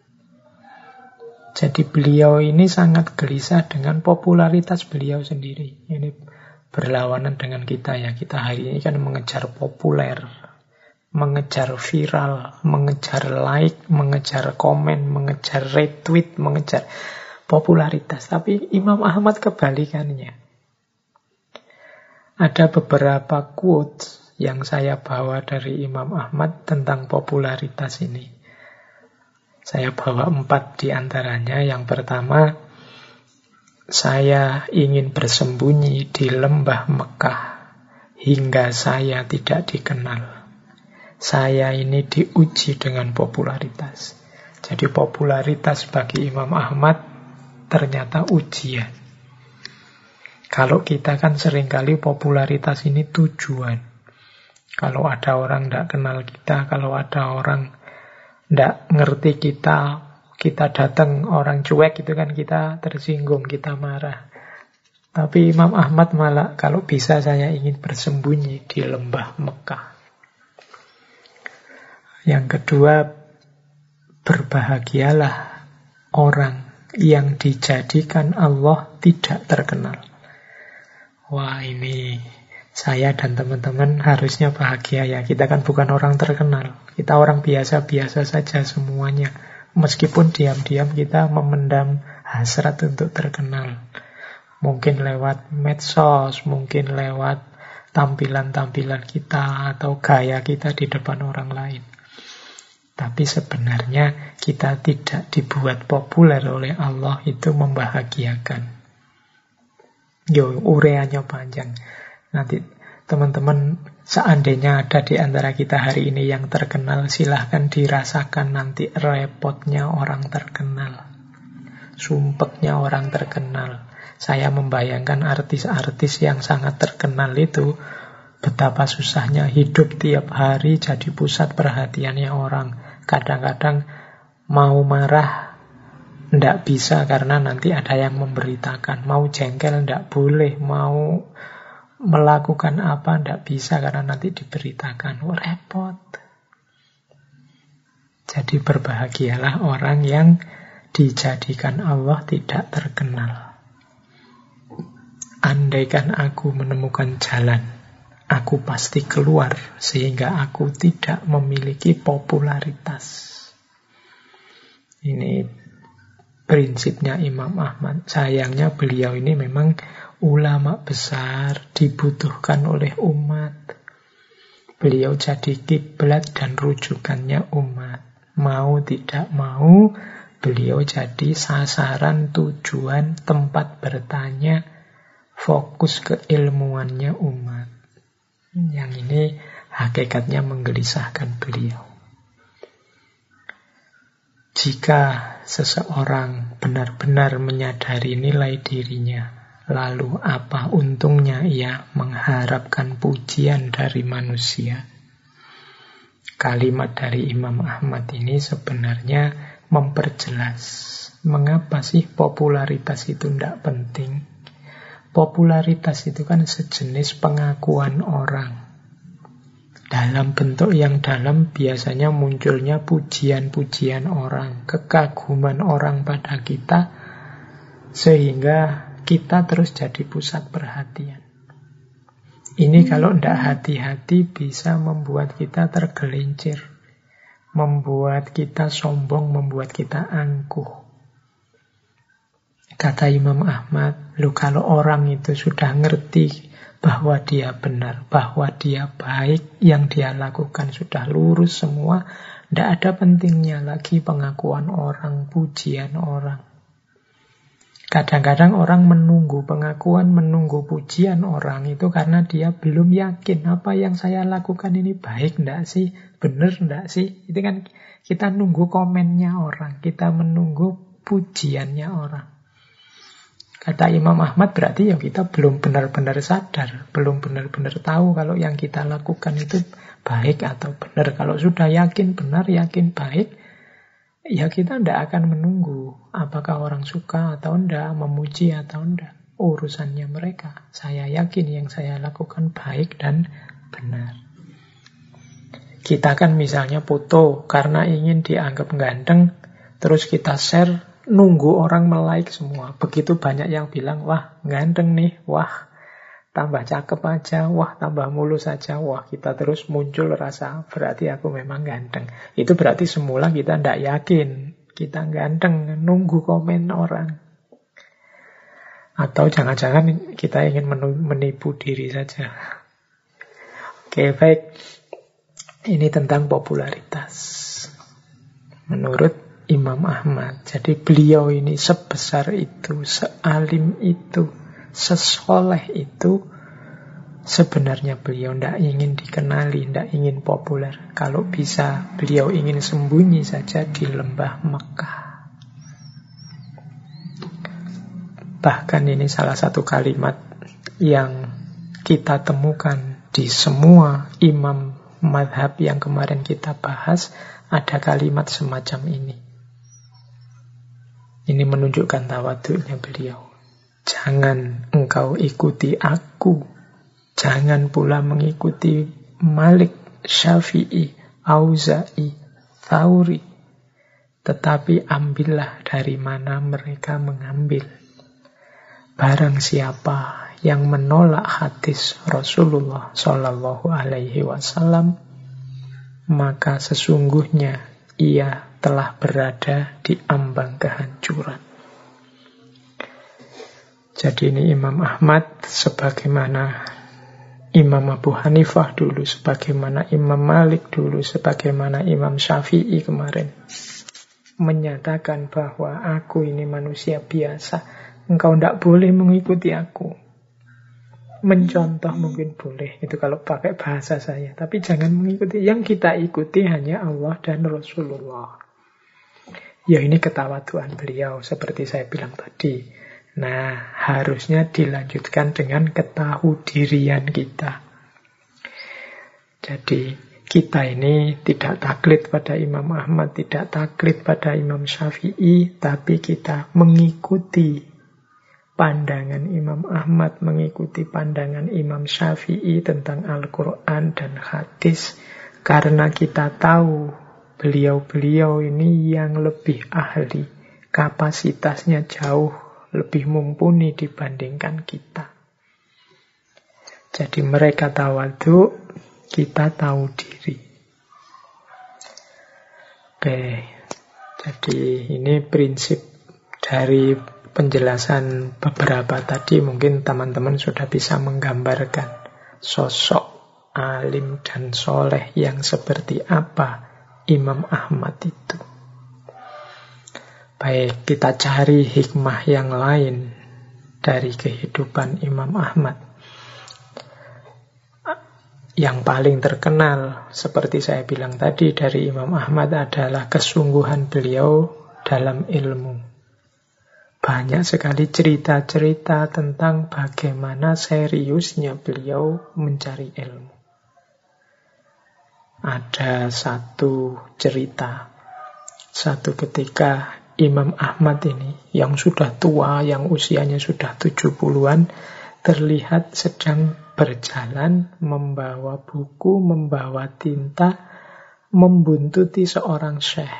Jadi beliau ini sangat gelisah dengan popularitas beliau sendiri. Ini berlawanan dengan kita ya. Kita hari ini kan mengejar populer, mengejar viral, mengejar like, mengejar komen, mengejar retweet, mengejar popularitas. Tapi Imam Ahmad kebalikannya. Ada beberapa quotes yang saya bawa dari Imam Ahmad tentang popularitas ini. Saya bawa empat di antaranya. Yang pertama, saya ingin bersembunyi di lembah Mekah hingga saya tidak dikenal. Saya ini diuji dengan popularitas. Jadi popularitas bagi Imam Ahmad ternyata ujian. Kalau kita kan seringkali popularitas ini tujuan. Kalau ada orang tidak kenal kita, kalau ada orang tidak ngerti kita, kita datang orang cuek, itu kan kita tersinggung, kita marah. Tapi Imam Ahmad malah, kalau bisa saya ingin bersembunyi di lembah Mekah. Yang kedua, berbahagialah orang yang dijadikan Allah tidak terkenal. wah ini saya dan teman-teman harusnya bahagia ya. Kita kan bukan orang terkenal. Kita orang biasa-biasa saja semuanya. Meskipun diam-diam kita memendam hasrat untuk terkenal. Mungkin lewat medsos, mungkin lewat tampilan-tampilan kita atau gaya kita di depan orang lain. Tapi sebenarnya kita tidak dibuat populer oleh Allah itu membahagiakan. Yo, ureanya panjang. Nanti teman-teman seandainya ada di antara kita hari ini yang terkenal, silahkan dirasakan nanti repotnya orang terkenal. Sumpeknya orang terkenal. Saya membayangkan artis-artis yang sangat terkenal itu betapa susahnya hidup tiap hari jadi pusat perhatiannya orang. Kadang-kadang mau marah ndak bisa karena nanti ada yang memberitakan. Mau jengkel ndak boleh, mau melakukan apa ndak bisa karena nanti diberitakan. Oh, repot. Jadi berbahagialah orang yang dijadikan Allah tidak terkenal. Andaikan aku menemukan jalan, aku pasti keluar sehingga aku tidak memiliki popularitas. Ini prinsipnya Imam Ahmad. Sayangnya beliau ini memang ulama besar, dibutuhkan oleh umat. Beliau jadi kiblat dan rujukannya umat. Mau tidak mau, beliau jadi sasaran, tujuan, tempat bertanya, fokus keilmuannya umat. Yang ini hakikatnya menggelisahkan beliau. Jika seseorang benar-benar menyadari nilai dirinya, lalu apa untungnya ia mengharapkan pujian dari manusia? Kalimat dari Imam Ahmad ini sebenarnya memperjelas mengapa sih popularitas itu tidak penting. Popularitas itu kan sejenis pengakuan orang. Dalam bentuk yang dalam biasanya munculnya pujian-pujian orang, kekaguman orang pada kita, sehingga kita terus jadi pusat perhatian. Ini kalau tidak hati-hati bisa membuat kita tergelincir, membuat kita sombong, membuat kita angkuh. Kata Imam Ahmad, lu kalau orang itu sudah ngerti bahwa dia benar, bahwa dia baik, yang dia lakukan sudah lurus semua, tidak ada pentingnya lagi pengakuan orang, pujian orang. Kadang-kadang orang menunggu pengakuan, menunggu pujian orang itu karena dia belum yakin apa yang saya lakukan ini baik enggak sih, benar enggak sih. Itu kan kita nunggu komennya orang, kita menunggu pujiannya orang. Kata Imam Ahmad berarti ya kita belum benar-benar sadar, belum benar-benar tahu kalau yang kita lakukan itu baik atau benar. Kalau sudah yakin benar, yakin baik, ya kita tidak akan menunggu apakah orang suka atau tidak, memuji atau tidak. Urusannya mereka. Saya yakin yang saya lakukan baik dan benar. Kita kan misalnya foto karena ingin dianggap ganteng, terus kita share, nunggu orang melike semua. Begitu banyak yang bilang, wah ganteng nih, wah tambah cakep aja, wah tambah mulus aja, wah kita terus muncul rasa berarti aku memang ganteng. Itu berarti semula kita tidak yakin kita ganteng, nunggu komen orang. Atau jangan-jangan kita ingin menipu diri saja. Oke, baik. Ini tentang popularitas. Menurut Imam Ahmad. Jadi beliau ini sebesar itu, sealim itu, sesoleh itu, sebenarnya beliau tidak ingin dikenali, tidak ingin populer. Kalau bisa, beliau ingin sembunyi saja di lembah Mekah. Bahkan ini salah satu kalimat yang kita temukan di semua imam madhab yang kemarin kita bahas, ada kalimat semacam ini. Ini menunjukkan tawadhu'nya beliau. Jangan engkau ikuti aku. Jangan pula mengikuti Malik, Syafi'i, Auza'i, Thauri. Tetapi ambillah dari mana mereka mengambil. Barang siapa yang menolak hadis Rasulullah Shallallahu Alaihi Wasallam, maka sesungguhnya ia telah berada di ambang kehancuran. Jadi ini Imam Ahmad sebagaimana Imam Abu Hanifah dulu, sebagaimana Imam Malik dulu, sebagaimana Imam Syafi'i kemarin, menyatakan bahwa aku ini manusia biasa, engkau tidak boleh mengikuti aku. Mencontoh mungkin boleh, itu kalau pakai bahasa saya, tapi jangan mengikuti. Yang kita ikuti hanya Allah dan Rasulullah. Ya ini ketawaduan beliau seperti saya bilang tadi. Nah, harusnya dilanjutkan dengan ketahudirian kita. Jadi kita ini tidak taklid pada Imam Ahmad, tidak taklid pada Imam Syafi'i, tapi kita mengikuti pandangan Imam Ahmad, mengikuti pandangan Imam Syafi'i tentang Al-Quran dan hadis, karena kita tahu beliau-beliau ini yang lebih ahli, kapasitasnya jauh lebih mumpuni dibandingkan kita. Jadi mereka tawadhu, kita tahu diri. Oke, jadi ini prinsip dari penjelasan beberapa tadi. Mungkin teman-teman sudah bisa menggambarkan sosok alim dan soleh yang seperti apa Imam Ahmad itu. Baik, kita cari hikmah yang lain dari kehidupan Imam Ahmad. Yang paling terkenal, seperti saya bilang tadi, dari Imam Ahmad adalah kesungguhan beliau dalam ilmu. Banyak sekali cerita-cerita tentang bagaimana seriusnya beliau mencari ilmu. Ada satu cerita, satu ketika Imam Ahmad ini, yang sudah tua, yang usianya sudah tujuh puluhan, terlihat sedang berjalan, membawa buku, membawa tinta, membuntuti seorang syekh.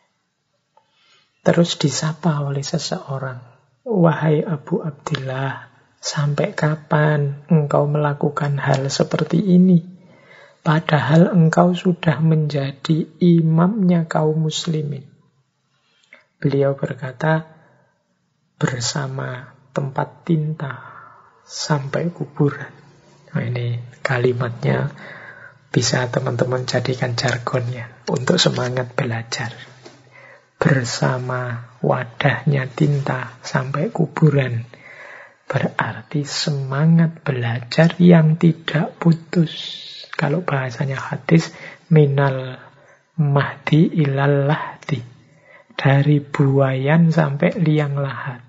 Terus disapa oleh seseorang, "Wahai Abu Abdillah, sampai kapan engkau melakukan hal seperti ini? Padahal engkau sudah menjadi imamnya kaum muslimin." Beliau berkata, "Bersama tempat tinta sampai kuburan." Nah, ini kalimatnya bisa teman-teman jadikan jargonnya untuk semangat belajar. Bersama wadahnya tinta sampai kuburan. Berarti semangat belajar yang tidak putus. Kalau bahasanya hadis, minal mahdi ilal lahdi. Dari buayan sampai liang lahat.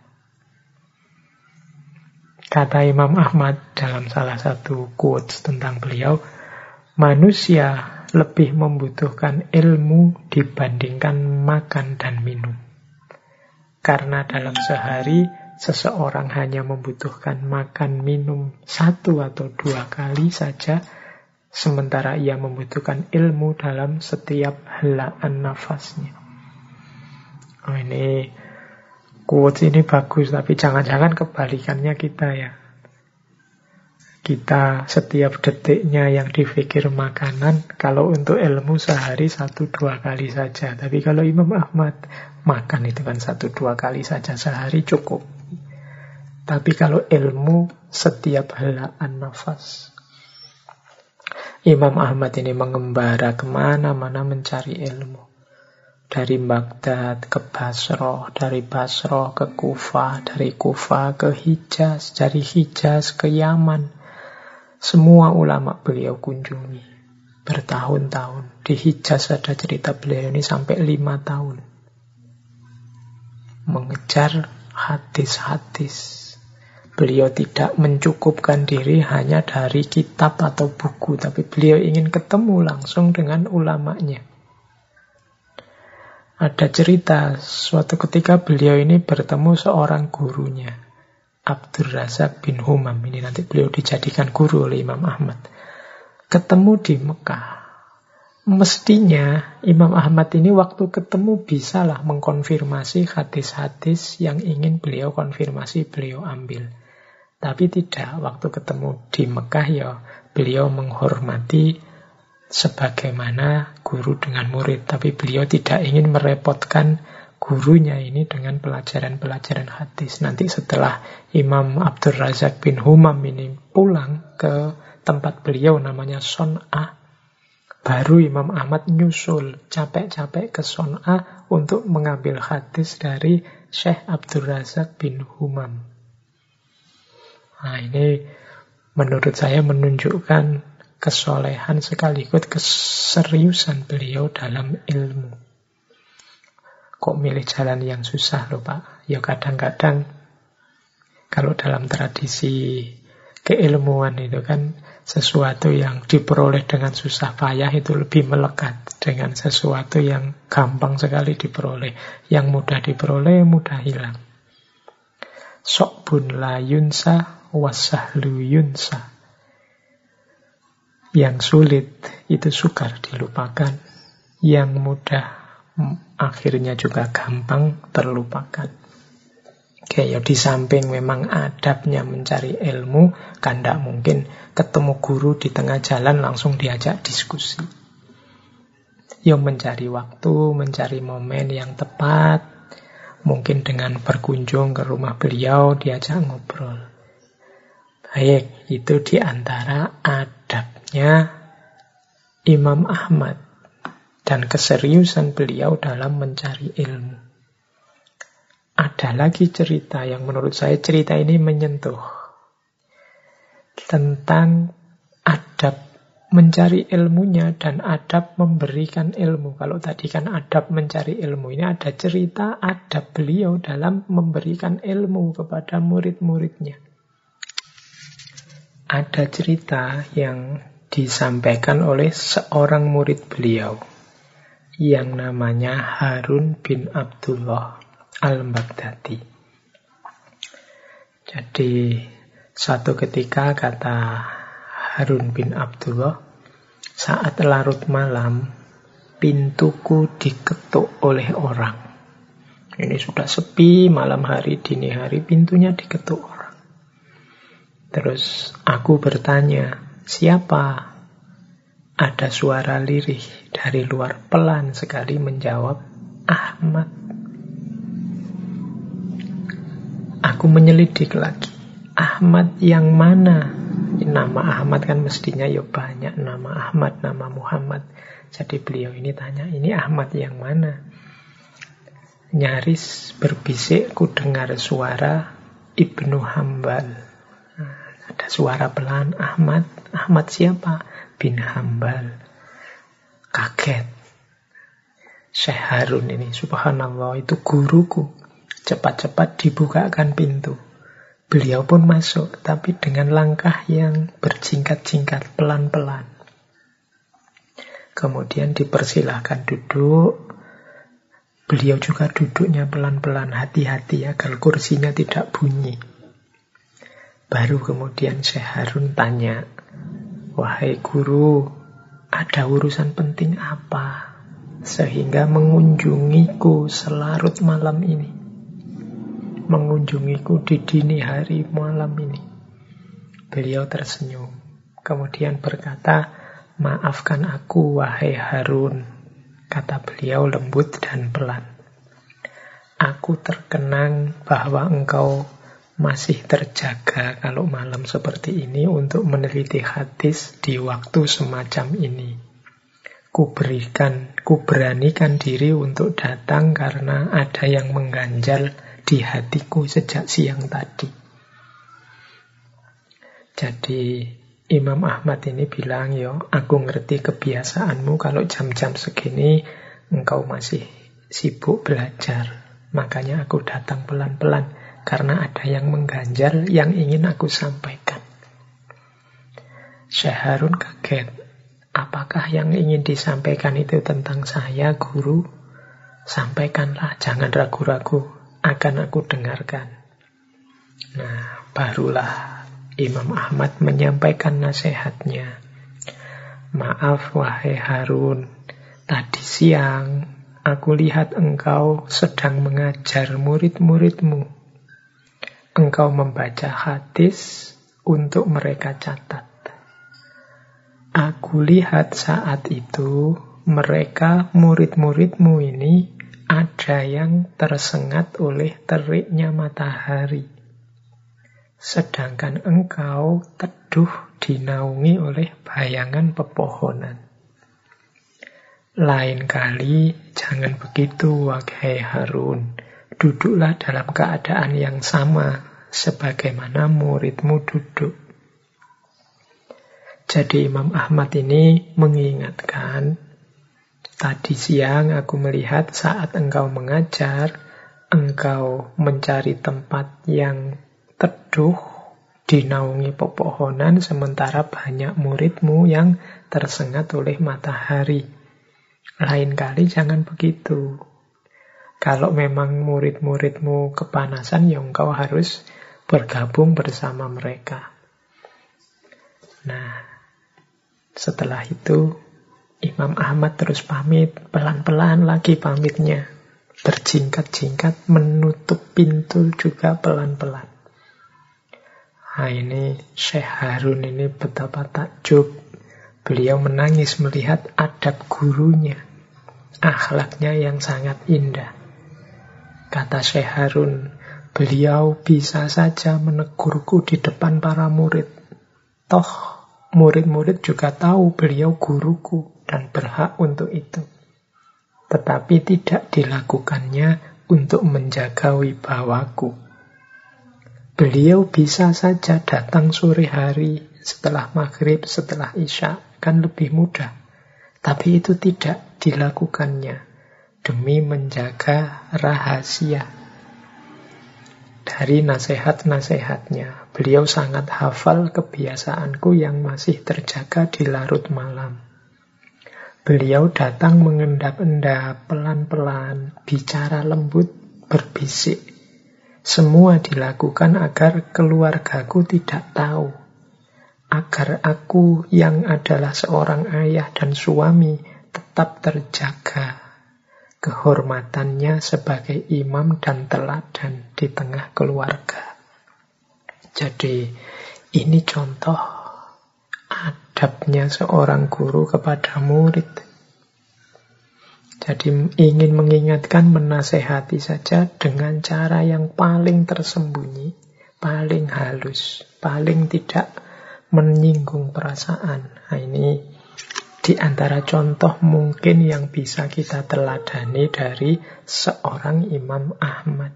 Kata Imam Ahmad dalam salah satu quotes tentang beliau, manusia lebih membutuhkan ilmu dibandingkan makan dan minum. Karena dalam sehari, seseorang hanya membutuhkan makan minum satu atau dua kali saja, sementara ia membutuhkan ilmu dalam setiap helaan nafasnya. Oh, ini quotes ini bagus, tapi jangan-jangan kebalikannya kita ya. Kita setiap detiknya yang dipikir makanan, kalau untuk ilmu sehari satu dua kali saja. Tapi kalau Imam Ahmad, makan itu kan satu dua kali saja sehari cukup. Tapi kalau ilmu setiap helaan nafas. Imam Ahmad ini mengembara kemana-mana mencari ilmu. Dari Baghdad ke Basrah, dari Basrah ke Kufah, dari Kufah ke Hijaz, dari Hijaz ke Yaman. Semua ulama beliau kunjungi bertahun-tahun. Di Hijaz ada cerita beliau ini sampai lima tahun. Mengejar hadis-hadis. Beliau tidak mencukupkan diri hanya dari kitab atau buku, tapi beliau ingin ketemu langsung dengan ulamanya. Ada cerita, suatu ketika beliau ini bertemu seorang gurunya, Abdur Razak bin Humam. Ini nanti beliau dijadikan guru oleh Imam Ahmad. Ketemu di Mekah. Mestinya Imam Ahmad ini waktu ketemu bisalah mengkonfirmasi hadis-hadis yang ingin beliau konfirmasi, beliau ambil. Tapi tidak, waktu ketemu di Mekah ya beliau menghormati sebagaimana guru dengan murid. Tapi beliau tidak ingin merepotkan gurunya ini dengan pelajaran-pelajaran hadis. Nanti setelah Imam Abdur Razak bin Humam ini pulang ke tempat beliau namanya Son'ah, baru Imam Ahmad nyusul capek-capek ke Son'ah untuk mengambil hadis dari Syekh Abdur Razak bin Humam. Nah, ini menurut saya menunjukkan kesolehan sekaligus keseriusan beliau dalam ilmu. Kok milih jalan yang susah loh Pak? Ya kadang-kadang kalau dalam tradisi keilmuan itu kan sesuatu yang diperoleh dengan susah payah itu lebih melekat dengan sesuatu yang gampang sekali diperoleh. Yang mudah diperoleh, mudah hilang. Sokbun la yunsa wasahlu yunsa. Yang sulit itu sukar dilupakan. Yang mudah akhirnya juga gampang terlupakan. Oke, ya di samping memang adabnya mencari ilmu, kan tidak mungkin ketemu guru di tengah jalan langsung diajak diskusi. Ya mencari waktu, mencari momen yang tepat, mungkin dengan berkunjung ke rumah beliau, diajak ngobrol. Baik, itu di antara adabnya Imam Ahmad dan keseriusan beliau dalam mencari ilmu. Ada lagi cerita yang menurut saya cerita ini menyentuh tentang adab mencari ilmunya dan adab memberikan ilmu. Kalau tadi kan adab mencari ilmu, ini ada cerita adab beliau dalam memberikan ilmu kepada murid-muridnya. Ada cerita yang disampaikan oleh seorang murid beliau yang namanya Harun bin Abdullah Al-Baghdadi. Jadi suatu ketika kata Harun bin Abdullah, saat larut malam pintuku diketuk oleh orang. Ini sudah sepi malam hari, dini hari, pintunya diketuk orang. Terus aku bertanya, siapa? Ada suara lirih dari luar pelan sekali menjawab, Ahmad. Aku menyelidik lagi, Ahmad yang mana? Nama Ahmad kan mestinya ya banyak, nama Ahmad, nama Muhammad. Jadi beliau ini tanya, ini Ahmad yang mana? Nyaris berbisik ku dengar suara Ibnu Hambal. Ada suara pelan, Ahmad. Ahmad siapa? Bin Hambal. Kaget. Syekh Harun ini, subhanallah, itu guruku. Cepat-cepat dibukakan pintu. Beliau pun masuk, tapi dengan langkah yang berjingkat-jingkat, pelan-pelan. Kemudian dipersilahkan duduk. Beliau juga duduknya pelan-pelan, hati-hati agar kursinya tidak bunyi. Baru kemudian Syekh Harun tanya, wahai guru, ada urusan penting apa sehingga mengunjungiku selarut malam ini? Mengunjungiku di dini hari malam ini. Beliau tersenyum. Kemudian berkata, maafkan aku wahai Harun. Kata beliau lembut dan pelan. Aku terkenang bahwa engkau masih terjaga kalau malam seperti ini untuk meneliti hadis di waktu semacam ini. Ku berikan, ku beranikan diri untuk datang karena ada yang mengganjal di hatiku sejak siang tadi. Jadi Imam Ahmad ini bilang, yo, aku ngerti kebiasaanmu kalau jam-jam segini engkau masih sibuk belajar. Makanya aku datang pelan-pelan. Karena ada yang mengganjal yang ingin aku sampaikan. Syekh Harun kaget. Apakah yang ingin disampaikan itu tentang saya, guru? Sampaikanlah, jangan ragu-ragu. Akan aku dengarkan. Nah, barulah Imam Ahmad menyampaikan nasihatnya. Maaf wahai Harun, tadi siang aku lihat engkau sedang mengajar murid-muridmu. engkau membaca hadis untuk mereka catat. Aku lihat saat itu mereka, murid-muridmu ini, ada yang tersengat oleh teriknya matahari. Sedangkan engkau teduh dinaungi oleh bayangan pepohonan. Lain kali jangan begitu, wahai Harun. Duduklah dalam keadaan yang sama sebagaimana muridmu duduk. Jadi Imam Ahmad ini mengingatkan, tadi siang aku melihat saat engkau mengajar, engkau mencari tempat yang teduh, dinaungi pepohonan, sementara banyak muridmu yang tersengat oleh matahari. Lain kali jangan begitu. Kalau memang murid-muridmu kepanasan, ya engkau harus bergabung bersama mereka. Nah, setelah itu Imam Ahmad terus pamit, pelan-pelan lagi pamitnya. Berjingkat-jingkat menutup pintu juga pelan-pelan. Nah, ini Syekh Harun ini betapa takjub. Beliau menangis melihat adab gurunya. Akhlaknya yang sangat indah. Kata Syekh Harun, beliau bisa saja menegurku di depan para murid. Toh, murid-murid juga tahu beliau guruku dan berhak untuk itu. Tetapi tidak dilakukannya untuk menjaga wibawaku. Beliau bisa saja datang sore hari, setelah maghrib, setelah isya, kan lebih mudah. Tapi itu tidak dilakukannya demi menjaga rahasia. Dari nasihat-nasihatnya, beliau sangat hafal kebiasaanku yang masih terjaga di larut malam. Beliau datang mengendap-endap, pelan-pelan, bicara lembut, berbisik. Semua dilakukan agar keluargaku tidak tahu. Agar aku yang adalah seorang ayah dan suami tetap terjaga kehormatannya sebagai imam dan teladan di tengah keluarga. Jadi ini contoh adabnya seorang guru kepada murid. Jadi ingin mengingatkan, menasehati saja dengan cara yang paling tersembunyi, paling halus, paling tidak menyinggung perasaan. Nah, ini di antara contoh mungkin yang bisa kita teladani dari seorang Imam Ahmad.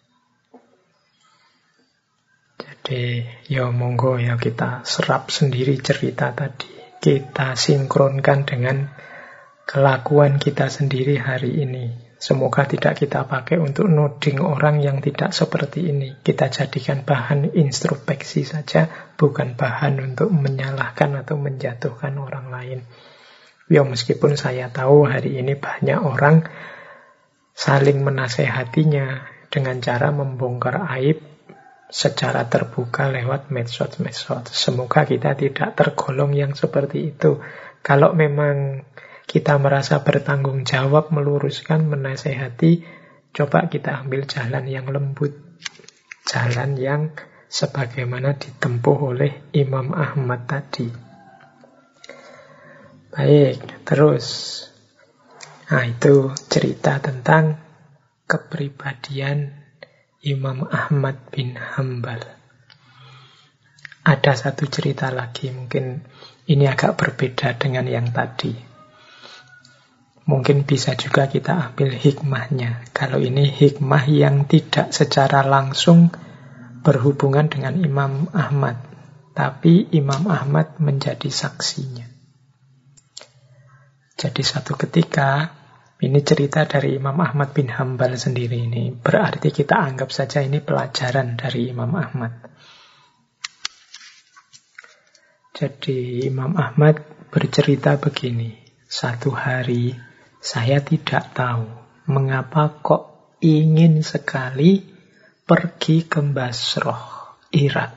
Jadi, ya monggo ya kita serap sendiri cerita tadi. Kita sinkronkan dengan kelakuan kita sendiri hari ini. Semoga tidak kita pakai untuk nuding orang yang tidak seperti ini. Kita jadikan bahan introspeksi saja, bukan bahan untuk menyalahkan atau menjatuhkan orang lain. Ya, meskipun saya tahu hari ini banyak orang saling menasehatinya dengan cara membongkar aib secara terbuka lewat medsos-medsos. Semoga kita tidak tergolong yang seperti itu. Kalau memang kita merasa bertanggung jawab meluruskan, menasehati, coba kita ambil jalan yang lembut. Jalan yang sebagaimana ditempuh oleh Imam Ahmad tadi. Baik, terus. Nah, itu cerita tentang kepribadian Imam Ahmad bin Hambal. Ada satu cerita lagi, mungkin ini agak berbeda dengan yang tadi. Mungkin bisa juga kita ambil hikmahnya. Kalau ini hikmah yang tidak secara langsung berhubungan dengan Imam Ahmad, tapi Imam Ahmad menjadi saksinya. Jadi satu ketika, ini cerita dari Imam Ahmad bin Hambal sendiri ini, berarti kita anggap saja ini pelajaran dari Imam Ahmad. Jadi Imam Ahmad bercerita begini, satu hari saya tidak tahu mengapa kok ingin sekali pergi ke Basrah, Irak.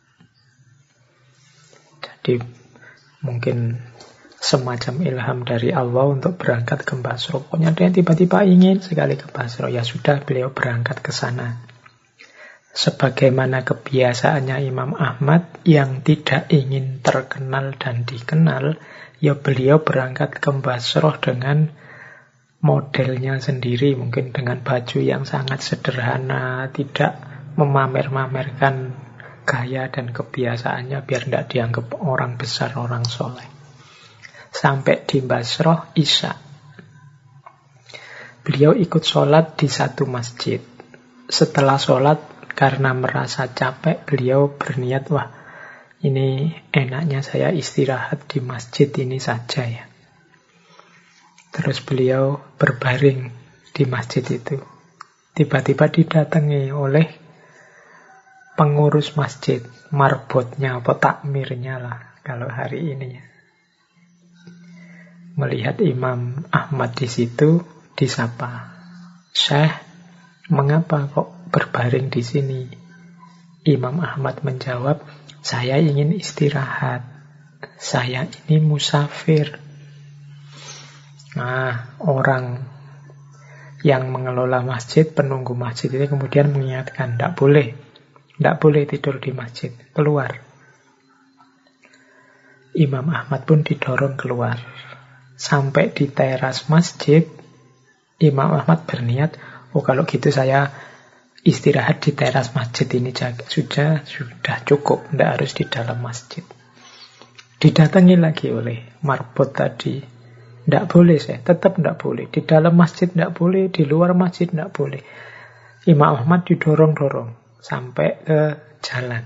Jadi mungkin semacam ilham dari Allah untuk berangkat ke Basrah. Pokoknya dia tiba-tiba ingin sekali ke Basrah. Ya sudah, beliau berangkat ke sana. Sebagaimana kebiasaannya Imam Ahmad yang tidak ingin terkenal dan dikenal, ya beliau berangkat ke Basrah dengan modelnya sendiri, mungkin dengan baju yang sangat sederhana, tidak memamer-mamerkan gaya dan kebiasaannya biar tidak dianggap orang besar, orang soleh. Sampai di Basrah Isya, beliau ikut sholat di satu masjid. Setelah sholat, karena merasa capek, beliau berniat, wah ini enaknya saya istirahat di masjid ini saja ya. Terus beliau berbaring di masjid itu. Tiba-tiba didatangi oleh pengurus masjid, marbotnya atau takmirnya lah kalau hari ini ya. Melihat Imam Ahmad di situ, disapa, "Syekh, mengapa kok berbaring di sini?" Imam Ahmad menjawab, "Saya ingin istirahat. Saya ini musafir." Nah, orang yang mengelola masjid, penunggu masjid ini kemudian mengingatkan, tidak boleh, tidak boleh tidur di masjid, keluar. Imam Ahmad pun didorong keluar. Sampai di teras masjid, Imam Ahmad berniat, oh kalau gitu saya istirahat di teras masjid ini saja, sudah, sudah cukup, tidak harus di dalam masjid. Didatangi lagi oleh marbot tadi, tidak boleh saya, tetap tidak boleh. Di dalam masjid tidak boleh, di luar masjid tidak boleh. Imam Ahmad didorong-dorong sampai ke jalan.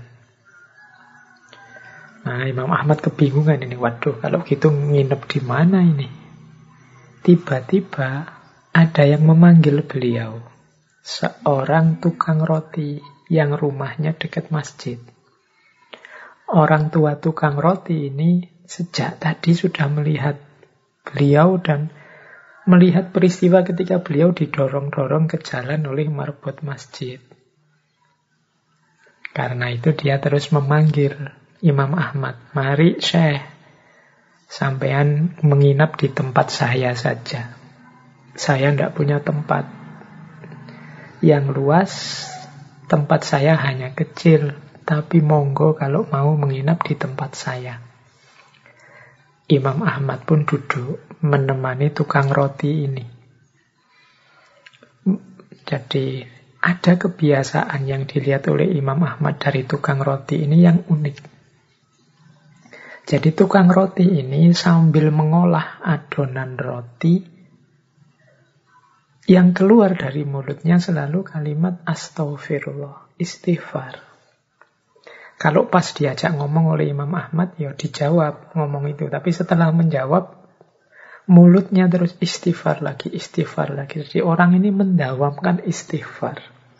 Nah, Imam Ahmad kebingungan ini, waduh kalau gitu nginep di mana ini? Tiba-tiba ada yang memanggil beliau, seorang tukang roti yang rumahnya dekat masjid. Orang tua tukang roti ini sejak tadi sudah melihat beliau dan melihat peristiwa ketika beliau didorong-dorong ke jalan oleh marbot masjid. Karena itu dia terus memanggil Imam Ahmad, "Mari Syekh, sampean menginap di tempat saya saja. Saya tidak punya tempat yang luas, tempat saya hanya kecil, tapi monggo kalau mau menginap di tempat saya." Imam Ahmad pun duduk menemani tukang roti ini. Jadi ada kebiasaan yang dilihat oleh Imam Ahmad dari tukang roti ini yang unik. Jadi tukang roti ini sambil mengolah adonan roti, yang keluar dari mulutnya selalu kalimat astaghfirullah, istighfar. Kalau pas diajak ngomong oleh Imam Ahmad, ya dijawab ngomong itu. Tapi setelah menjawab, mulutnya terus istighfar lagi, istighfar lagi. Jadi orang ini mendawamkan istighfar.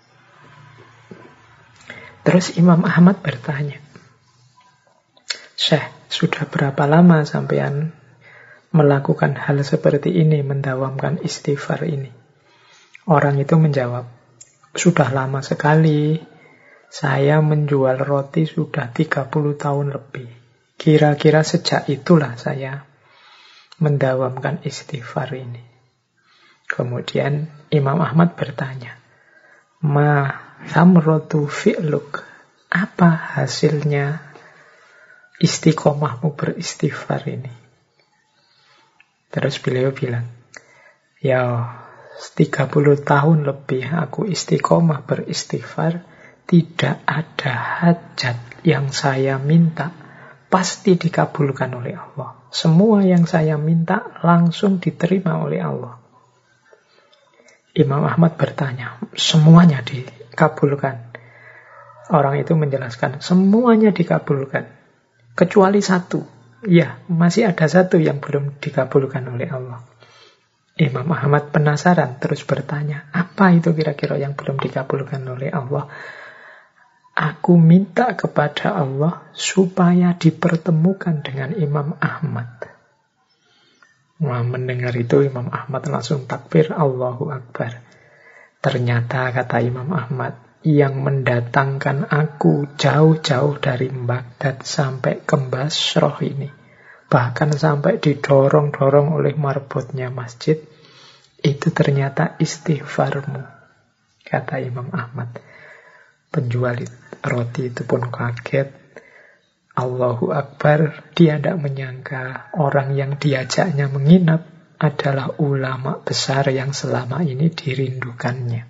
Terus Imam Ahmad bertanya, "Syekh, sudah berapa lama sampean melakukan hal seperti ini, mendawamkan istighfar ini?" Orang itu menjawab, "Sudah lama sekali. Saya menjual roti sudah tiga puluh tahun lebih. Kira-kira sejak itulah saya mendawamkan istighfar ini." Kemudian Imam Ahmad bertanya, "Ma thamratu fi'luk?" Apa hasilnya istiqomahmu beristighfar ini? Terus beliau bilang, "Ya, tiga puluh tahun lebih aku istiqomah beristighfar, tidak ada hajat yang saya minta pasti dikabulkan oleh Allah. Semua yang saya minta langsung diterima oleh Allah." Imam Ahmad bertanya, "Semuanya dikabulkan?" Orang itu menjelaskan, "Semuanya dikabulkan, kecuali satu." Ya, masih ada satu yang belum dikabulkan oleh Allah. Imam Ahmad penasaran, terus bertanya, "Apa itu kira-kira yang belum dikabulkan oleh Allah?" "Aku minta kepada Allah supaya dipertemukan dengan Imam Ahmad." Wah, mendengar itu Imam Ahmad langsung takbir, Allahu Akbar. Ternyata, kata Imam Ahmad, yang mendatangkan aku jauh-jauh dari Baghdad sampai ke Basrah ini, bahkan sampai didorong-dorong oleh marbotnya masjid, itu ternyata istighfarmu, kata Imam Ahmad. Penjual roti itu pun kaget. Allahu Akbar, dia tidak menyangka orang yang diajaknya menginap adalah ulama besar yang selama ini dirindukannya.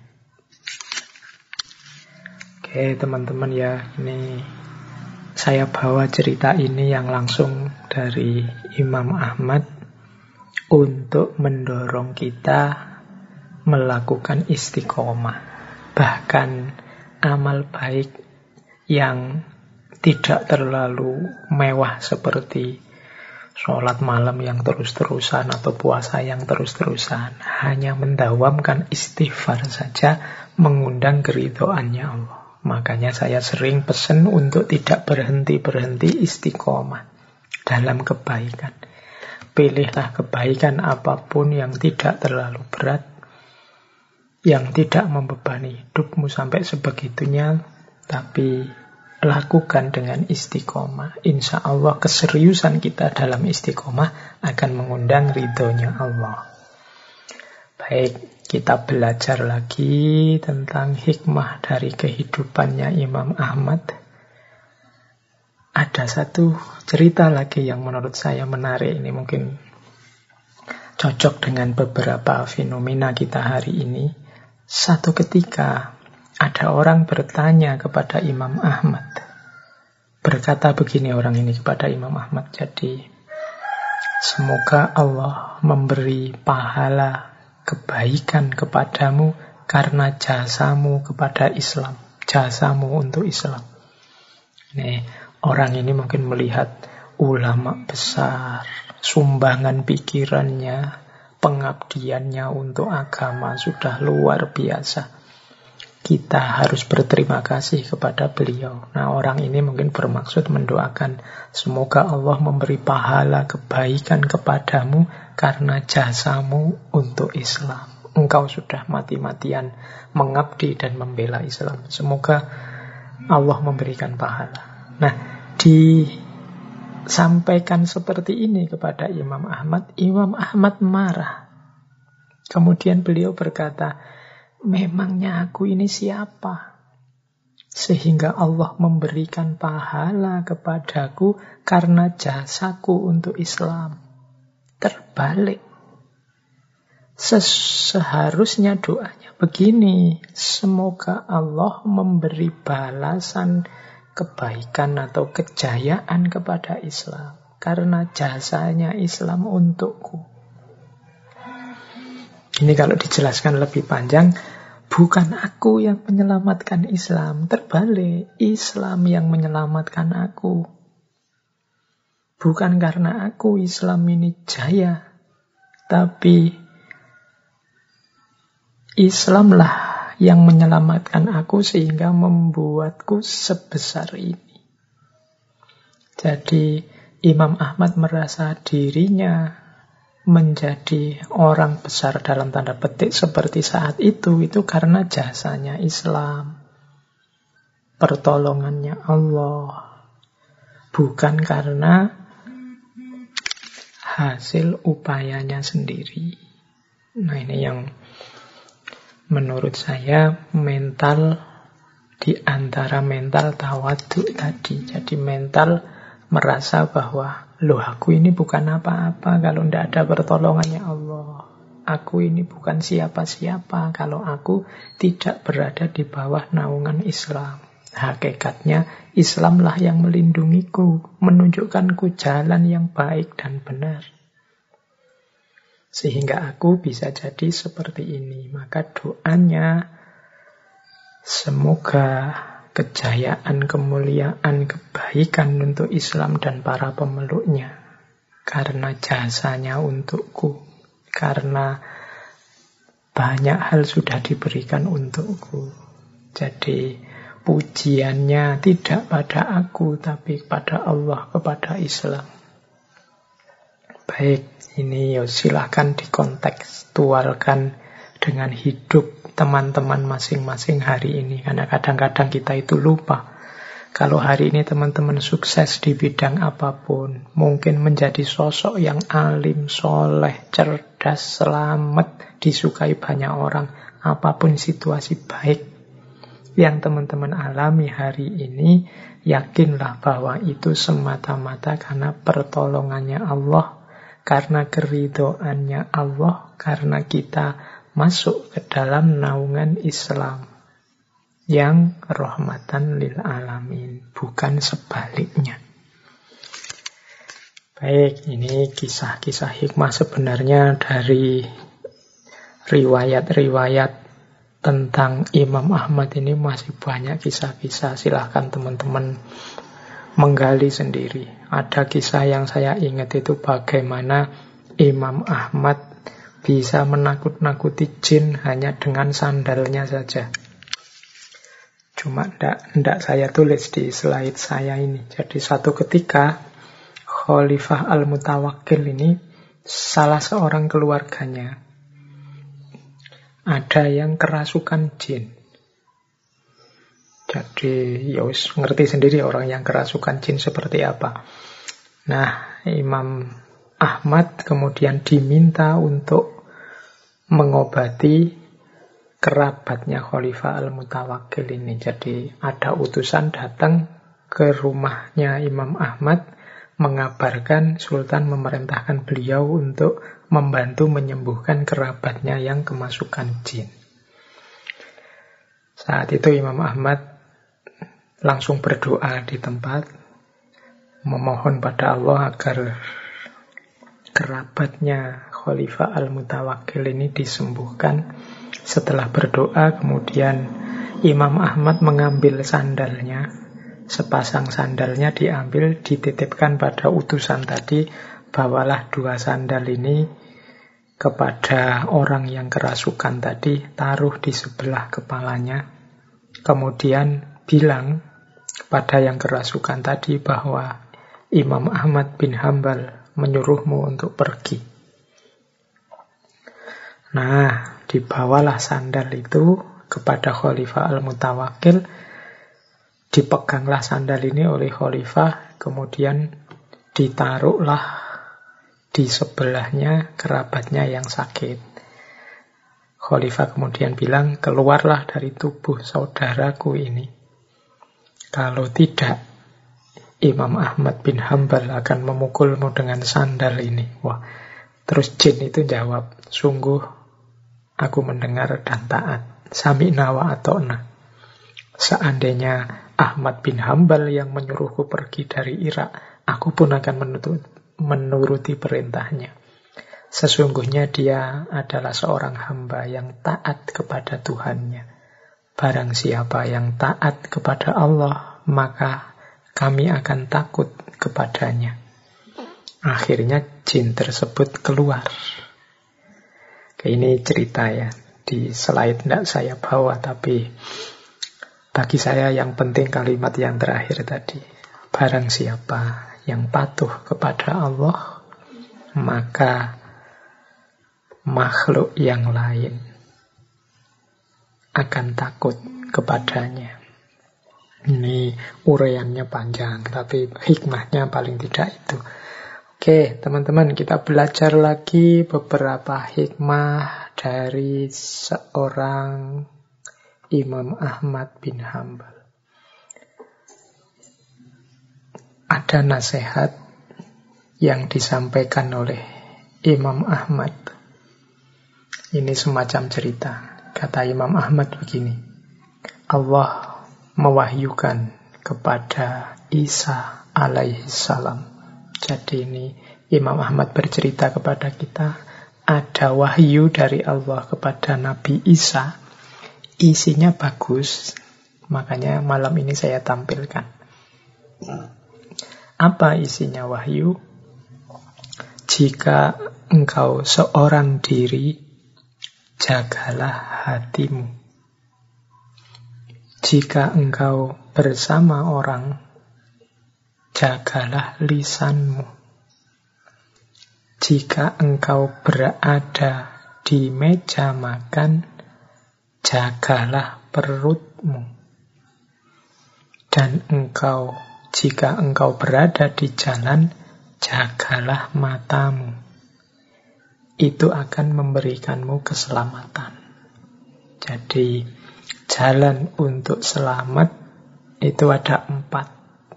Oke teman-teman ya, ini saya bawa cerita ini yang langsung dari Imam Ahmad untuk mendorong kita melakukan istiqomah. Bahkan amal baik yang tidak terlalu mewah seperti sholat malam yang terus-terusan atau puasa yang terus-terusan, hanya mendawamkan istighfar saja mengundang keridhoannya Allah. Makanya saya sering pesan untuk tidak berhenti-berhenti istiqomah dalam kebaikan. Pilihlah kebaikan apapun yang tidak terlalu berat, yang tidak membebani hidupmu sampai sebegitunya, tapi lakukan dengan istiqomah. Insya Allah keseriusan kita dalam istiqomah akan mengundang ridhonya Allah. Baik, kita belajar lagi tentang hikmah dari kehidupannya Imam Ahmad. Ada satu cerita lagi yang menurut saya menarik. Ini mungkin cocok dengan beberapa fenomena kita hari ini. Satu ketika ada orang bertanya kepada Imam Ahmad. Berkata begini orang ini kepada Imam Ahmad. Jadi, semoga Allah memberi pahala kebaikan kepadamu karena jasamu kepada Islam. Jasamu untuk Islam. Nih, orang ini mungkin melihat ulama besar, sumbangan pikirannya, pengabdiannya untuk agama sudah luar biasa. Kita harus berterima kasih kepada beliau. Nah, orang ini mungkin bermaksud mendoakan, semoga Allah memberi pahala kebaikan kepadamu karena jasamu untuk Islam. Engkau sudah mati-matian mengabdi dan membela Islam. Semoga Allah memberikan pahala. Nah, disampaikan seperti ini kepada Imam Ahmad. Imam Ahmad marah. Kemudian beliau berkata, memangnya aku ini siapa? Sehingga Allah memberikan pahala kepadaku karena jasaku untuk Islam. Terbalik. Seharusnya doanya begini, semoga Allah memberi balasan kebaikan atau kejayaan kepada Islam karena jasanya Islam untukku. Ini kalau dijelaskan lebih panjang, bukan aku yang menyelamatkan Islam, terbalik, Islam yang menyelamatkan aku. Bukan karena aku Islam ini jaya, tapi Islamlah yang menyelamatkan aku sehingga membuatku sebesar ini. Jadi Imam Ahmad merasa dirinya menjadi orang besar dalam tanda petik seperti saat itu, itu karena jasanya Islam, pertolongannya Allah, bukan karena hasil upayanya sendiri. Nah, ini yang menurut saya mental di antara mental tawadhu tadi. Jadi mental merasa bahwa loh, aku ini bukan apa-apa kalau tidak ada pertolongannya Allah. Aku ini bukan siapa-siapa kalau aku tidak berada di bawah naungan Islam. Hakikatnya Islamlah yang melindungiku, menunjukkanku jalan yang baik dan benar. Sehingga aku bisa jadi seperti ini. Maka doanya, semoga kejayaan, kemuliaan, kebaikan untuk Islam dan para pemeluknya. Karena jasanya untukku. Karena banyak hal sudah diberikan untukku. Jadi pujiannya tidak pada aku, tapi pada Allah, kepada Islam. Baik, ini ya silahkan dikontekstualkan dengan hidup teman-teman masing-masing hari ini. Karena kadang-kadang kita itu lupa. Kalau hari ini teman-teman sukses di bidang apapun, mungkin menjadi sosok yang alim, soleh, cerdas, selamat, disukai banyak orang, apapun situasi baik, yang teman-teman alami hari ini, yakinlah bahwa itu semata-mata karena pertolongannya Allah, karena keridhoannya Allah, karena kita masuk ke dalam naungan Islam yang rahmatan lil alamin, bukan sebaliknya. Baik, ini kisah-kisah hikmah sebenarnya dari riwayat-riwayat tentang Imam Ahmad ini masih banyak kisah-kisah. Silahkan teman-teman menggali sendiri. Ada kisah yang saya ingat itu bagaimana Imam Ahmad bisa menakut-nakuti jin hanya dengan sandalnya saja. Cuma ndak, ndak saya tulis di slide saya ini. Jadi satu ketika Khalifah Al-Mutawakkil ini, salah seorang keluarganya ada yang kerasukan jin. Jadi ya wis ngerti sendiri orang yang kerasukan jin seperti apa. Nah, Imam Ahmad kemudian diminta untuk mengobati kerabatnya Khalifah Al-Mutawakkil ini. Jadi ada utusan datang ke rumahnya Imam Ahmad mengabarkan Sultan memerintahkan beliau untuk membantu menyembuhkan kerabatnya yang kemasukan jin. Saat itu Imam Ahmad langsung berdoa di tempat, memohon pada Allah agar kerabatnya Khalifah Al-Mutawakkil ini disembuhkan. Setelah berdoa, kemudian Imam Ahmad mengambil sandalnya. Sepasang sandalnya diambil, dititipkan pada utusan tadi, bawalah dua sandal ini kepada orang yang kerasukan tadi, taruh di sebelah kepalanya, kemudian bilang kepada yang kerasukan tadi bahwa Imam Ahmad bin Hambal menyuruhmu untuk pergi. Nah, dibawalah sandal itu kepada Khalifah Al-Mutawakkil. Dipeganglah sandal ini oleh Khalifah, kemudian ditaruhlah di sebelahnya kerabatnya yang sakit. Khalifah kemudian bilang, keluarlah dari tubuh saudaraku ini. Kalau tidak, Imam Ahmad bin Hambal akan memukulmu dengan sandal ini. Wah, terus jin itu jawab, sungguh aku mendengar dan taat. Sami'na wa ata'na. Seandainya Ahmad bin Hambal yang menyuruhku pergi dari Irak, aku pun akan menutut, menuruti perintahnya. Sesungguhnya dia adalah seorang hamba yang taat kepada Tuhannya. Barang siapa yang taat kepada Allah, maka kami akan takut kepadanya. Akhirnya jin tersebut keluar. Ini cerita ya, di slide tidak saya bawa, tapi bagi saya yang penting kalimat yang terakhir tadi. Barang siapa yang patuh kepada Allah, maka makhluk yang lain akan takut kepadanya. Ini uraiannya panjang, tapi hikmahnya paling tidak itu. Oke, teman-teman, kita belajar lagi beberapa hikmah dari seorang Imam Ahmad bin Hambal. Ada nasihat yang disampaikan oleh Imam Ahmad. Ini semacam cerita. Kata Imam Ahmad begini, Allah mewahyukan kepada Isa alaihi salam. Jadi ini Imam Ahmad bercerita kepada kita, ada wahyu dari Allah kepada Nabi Isa. Isinya bagus, makanya malam ini saya tampilkan. Apa isinya wahyu? Jika engkau seorang diri, jagalah hatimu. Jika engkau bersama orang, jagalah lisanmu. Jika engkau berada di meja makan, jagalah perutmu. Dan engkau, jika engkau berada di jalan, jagalah matamu. Itu akan memberikanmu keselamatan. Jadi, jalan untuk selamat itu ada empat.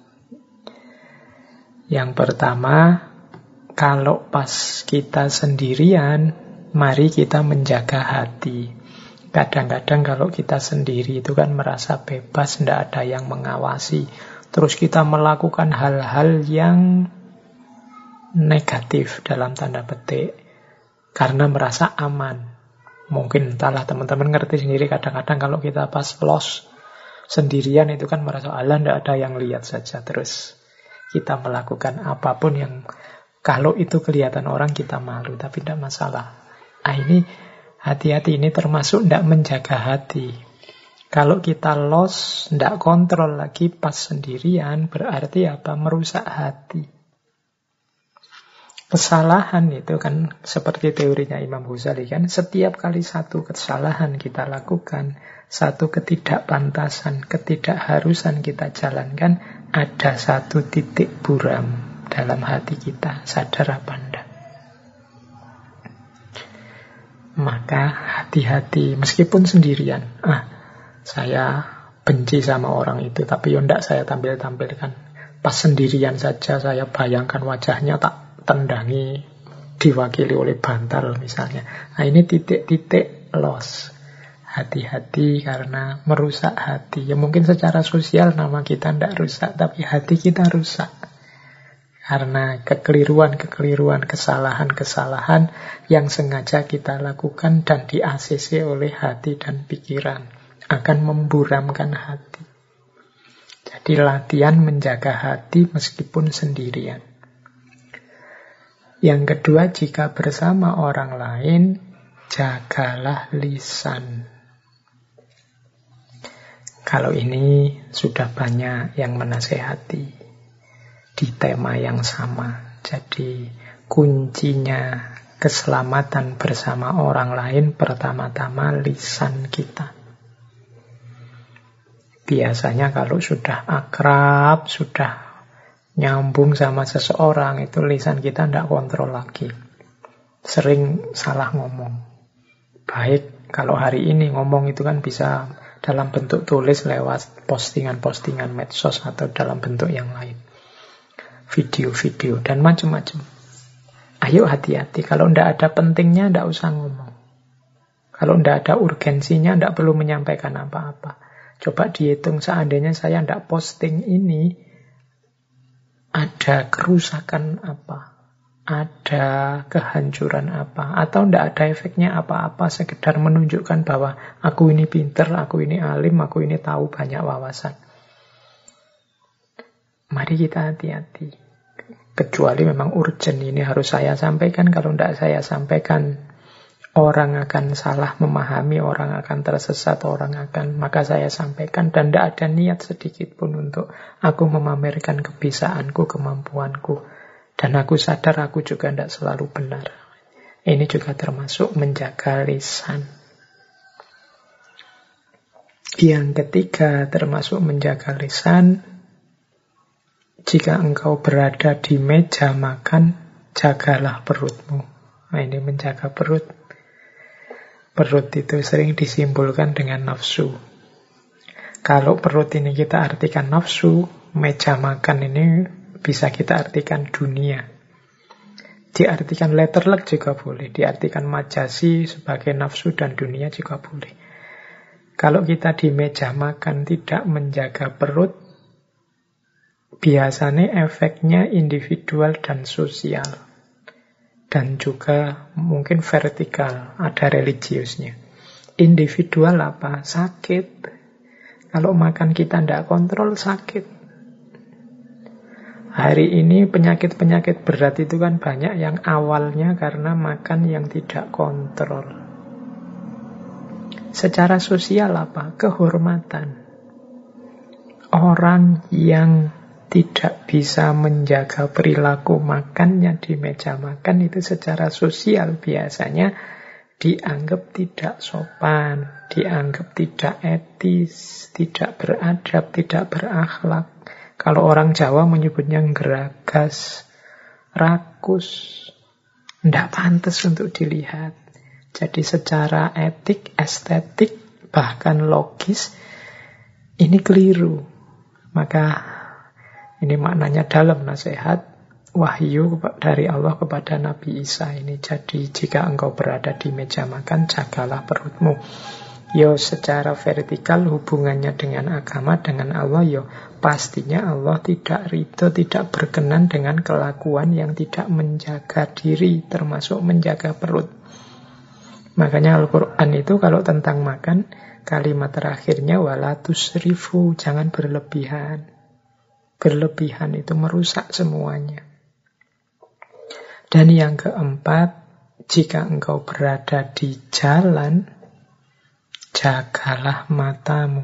Yang pertama, kalau pas kita sendirian, mari kita menjaga hati. Kadang-kadang kalau kita sendiri itu kan merasa bebas, tidak ada yang mengawasi. Terus kita melakukan hal-hal yang negatif dalam tanda petik karena merasa aman. Mungkin entahlah, teman-teman ngerti sendiri, kadang-kadang kalau kita pas lost sendirian itu kan merasa alah tidak ada yang lihat saja. Terus kita melakukan apapun yang kalau itu kelihatan orang kita malu, tapi tidak masalah. Ah, ini hati-hati, ini termasuk tidak menjaga hati. Kalau kita lost, tidak kontrol lagi pas sendirian, berarti apa? Merusak hati. Kesalahan itu kan seperti teorinya Imam Ghazali kan, setiap kali satu kesalahan kita lakukan, satu ketidakpantasan, ketidakharusan kita jalankan, ada satu titik buram dalam hati kita, sadar apa enggak? Maka hati-hati, meskipun sendirian. Ah, saya benci sama orang itu, tapi ya enggak saya tampil-tampilkan. Pas sendirian saja saya bayangkan wajahnya, tak tendangi, diwakili oleh bantal misalnya. Nah, ini titik-titik loss. Hati-hati karena merusak hati. Ya mungkin secara sosial nama kita tidak rusak, tapi hati kita rusak. Karena kekeliruan-kekeliruan, kesalahan-kesalahan yang sengaja kita lakukan dan di-A C C oleh hati dan pikiran. Akan memburamkan hati. Jadi latihan menjaga hati meskipun sendirian. Yang kedua, jika bersama orang lain, jagalah lisan. Kalau ini sudah banyak yang menasehati di tema yang sama. Jadi kuncinya keselamatan bersama orang lain pertama-tama lisan kita. Biasanya kalau sudah akrab, sudah nyambung sama seseorang, itu lisan kita tidak kontrol lagi. Sering salah ngomong. Baik, kalau hari ini ngomong itu kan bisa dalam bentuk tulis lewat postingan-postingan medsos atau dalam bentuk yang lain. Video-video dan macam-macam. Ayo hati-hati, kalau tidak ada pentingnya tidak usah ngomong. Kalau tidak ada urgensinya tidak perlu menyampaikan apa-apa. Coba dihitung seandainya saya tidak posting ini, ada kerusakan apa? Ada kehancuran apa? Atau tidak ada efeknya apa-apa, sekedar menunjukkan bahwa aku ini pinter, aku ini alim, aku ini tahu banyak wawasan. Mari kita hati-hati. Kecuali memang urgent, ini harus saya sampaikan. Kalau tidak saya sampaikan, orang akan salah memahami, orang akan tersesat, orang akan, maka saya sampaikan. Dan tidak ada niat sedikit pun untuk aku memamerkan kebisaanku, kemampuanku. Dan aku sadar aku juga tidak selalu benar. Ini juga termasuk menjaga lisan. Yang ketiga termasuk menjaga lisan, jika engkau berada di meja makan, jagalah perutmu. Nah, ini menjaga perut. Perut itu sering disimbolkan dengan nafsu. Kalau perut ini kita artikan nafsu, meja makan ini bisa kita artikan dunia. Diartikan letterlek juga boleh. Diartikan majasi sebagai nafsu dan dunia juga boleh. Kalau kita di meja makan tidak menjaga perut, biasanya efeknya individual dan sosial. Dan juga mungkin vertikal, ada religiusnya. Individual apa? Sakit. Kalau makan kita tidak kontrol, sakit. Hari ini penyakit-penyakit berat itu kan banyak yang awalnya karena makan yang tidak kontrol. Secara sosial apa? Kehormatan. Orang yang tidak bisa menjaga perilaku makannya di meja makan itu secara sosial biasanya dianggap tidak sopan, dianggap tidak etis, tidak beradab, tidak berakhlak. Kalau orang Jawa menyebutnya geragas, rakus, tidak pantas untuk dilihat. Jadi secara etik, estetik bahkan logis, ini keliru. Maka ini maknanya dalam nasihat wahyu dari Allah kepada Nabi Isa ini. Jadi jika engkau berada di meja makan, jagalah perutmu. Yo secara vertikal hubungannya dengan agama, dengan Allah, yo pastinya Allah tidak ridho, tidak berkenan dengan kelakuan yang tidak menjaga diri, termasuk menjaga perut. Makanya Al-Quran itu kalau tentang makan, kalimat terakhirnya wala tusrifu, jangan berlebihan. Berlebihan itu merusak semuanya. Dan yang keempat, jika engkau berada di jalan, jagalah matamu.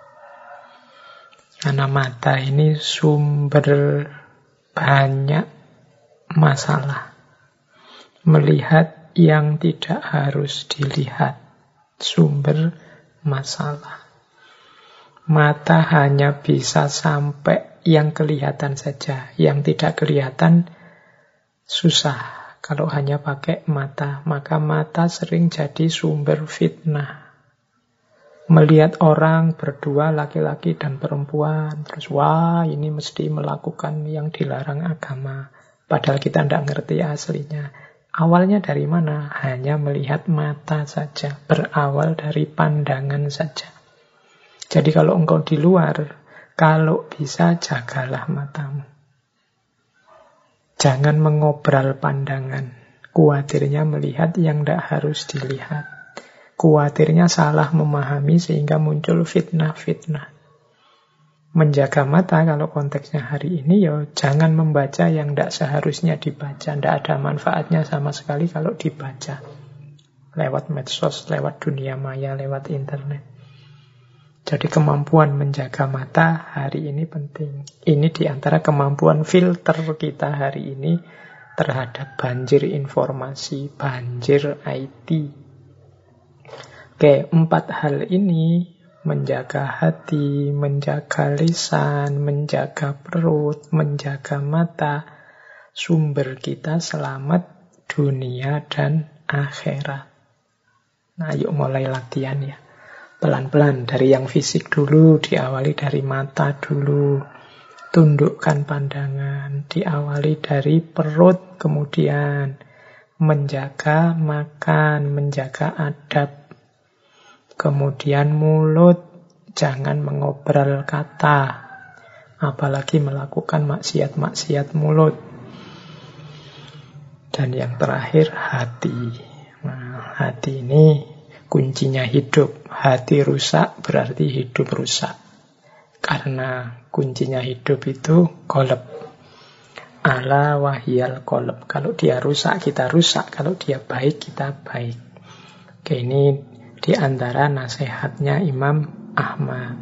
Karena mata ini sumber banyak masalah. Melihat yang tidak harus dilihat, sumber masalah. Mata hanya bisa sampai yang kelihatan saja, yang tidak kelihatan susah. Kalau hanya pakai mata, maka mata sering jadi sumber fitnah. Melihat orang berdua, laki-laki dan perempuan, terus wah ini mesti melakukan yang dilarang agama, padahal kita tidak ngerti aslinya. Awalnya dari mana? Hanya melihat mata saja, berawal dari pandangan saja. Jadi kalau engkau di luar, kalau bisa jagalah matamu. Jangan mengobral pandangan. Kuatirnya melihat yang tidak harus dilihat. Kuatirnya salah memahami sehingga muncul fitnah-fitnah. Menjaga mata kalau konteksnya hari ini, ya jangan membaca yang tidak seharusnya dibaca. Tidak ada manfaatnya sama sekali kalau dibaca. Lewat medsos, lewat dunia maya, lewat internet. Jadi kemampuan menjaga mata hari ini penting. Ini diantara kemampuan filter kita hari ini terhadap banjir informasi, banjir I T. Oke, empat hal ini, menjaga hati, menjaga lisan, menjaga perut, menjaga mata, sumber kita selamat dunia dan akhirat. Nah, yuk mulai latihan ya. Pelan-pelan dari yang fisik dulu, diawali dari mata dulu. Tundukkan pandangan, diawali dari perut, kemudian menjaga makan, menjaga adab. Kemudian mulut, jangan mengobral kata, apalagi melakukan maksiat-maksiat mulut. Dan yang terakhir, hati. Nah, hati ini kuncinya hidup. Hati rusak berarti hidup rusak. Karena kuncinya hidup itu qalb. Ala wahyal qalb. Kalau dia rusak, kita rusak. Kalau dia baik, kita baik. Oke, ini di antara nasihatnya Imam Ahmad.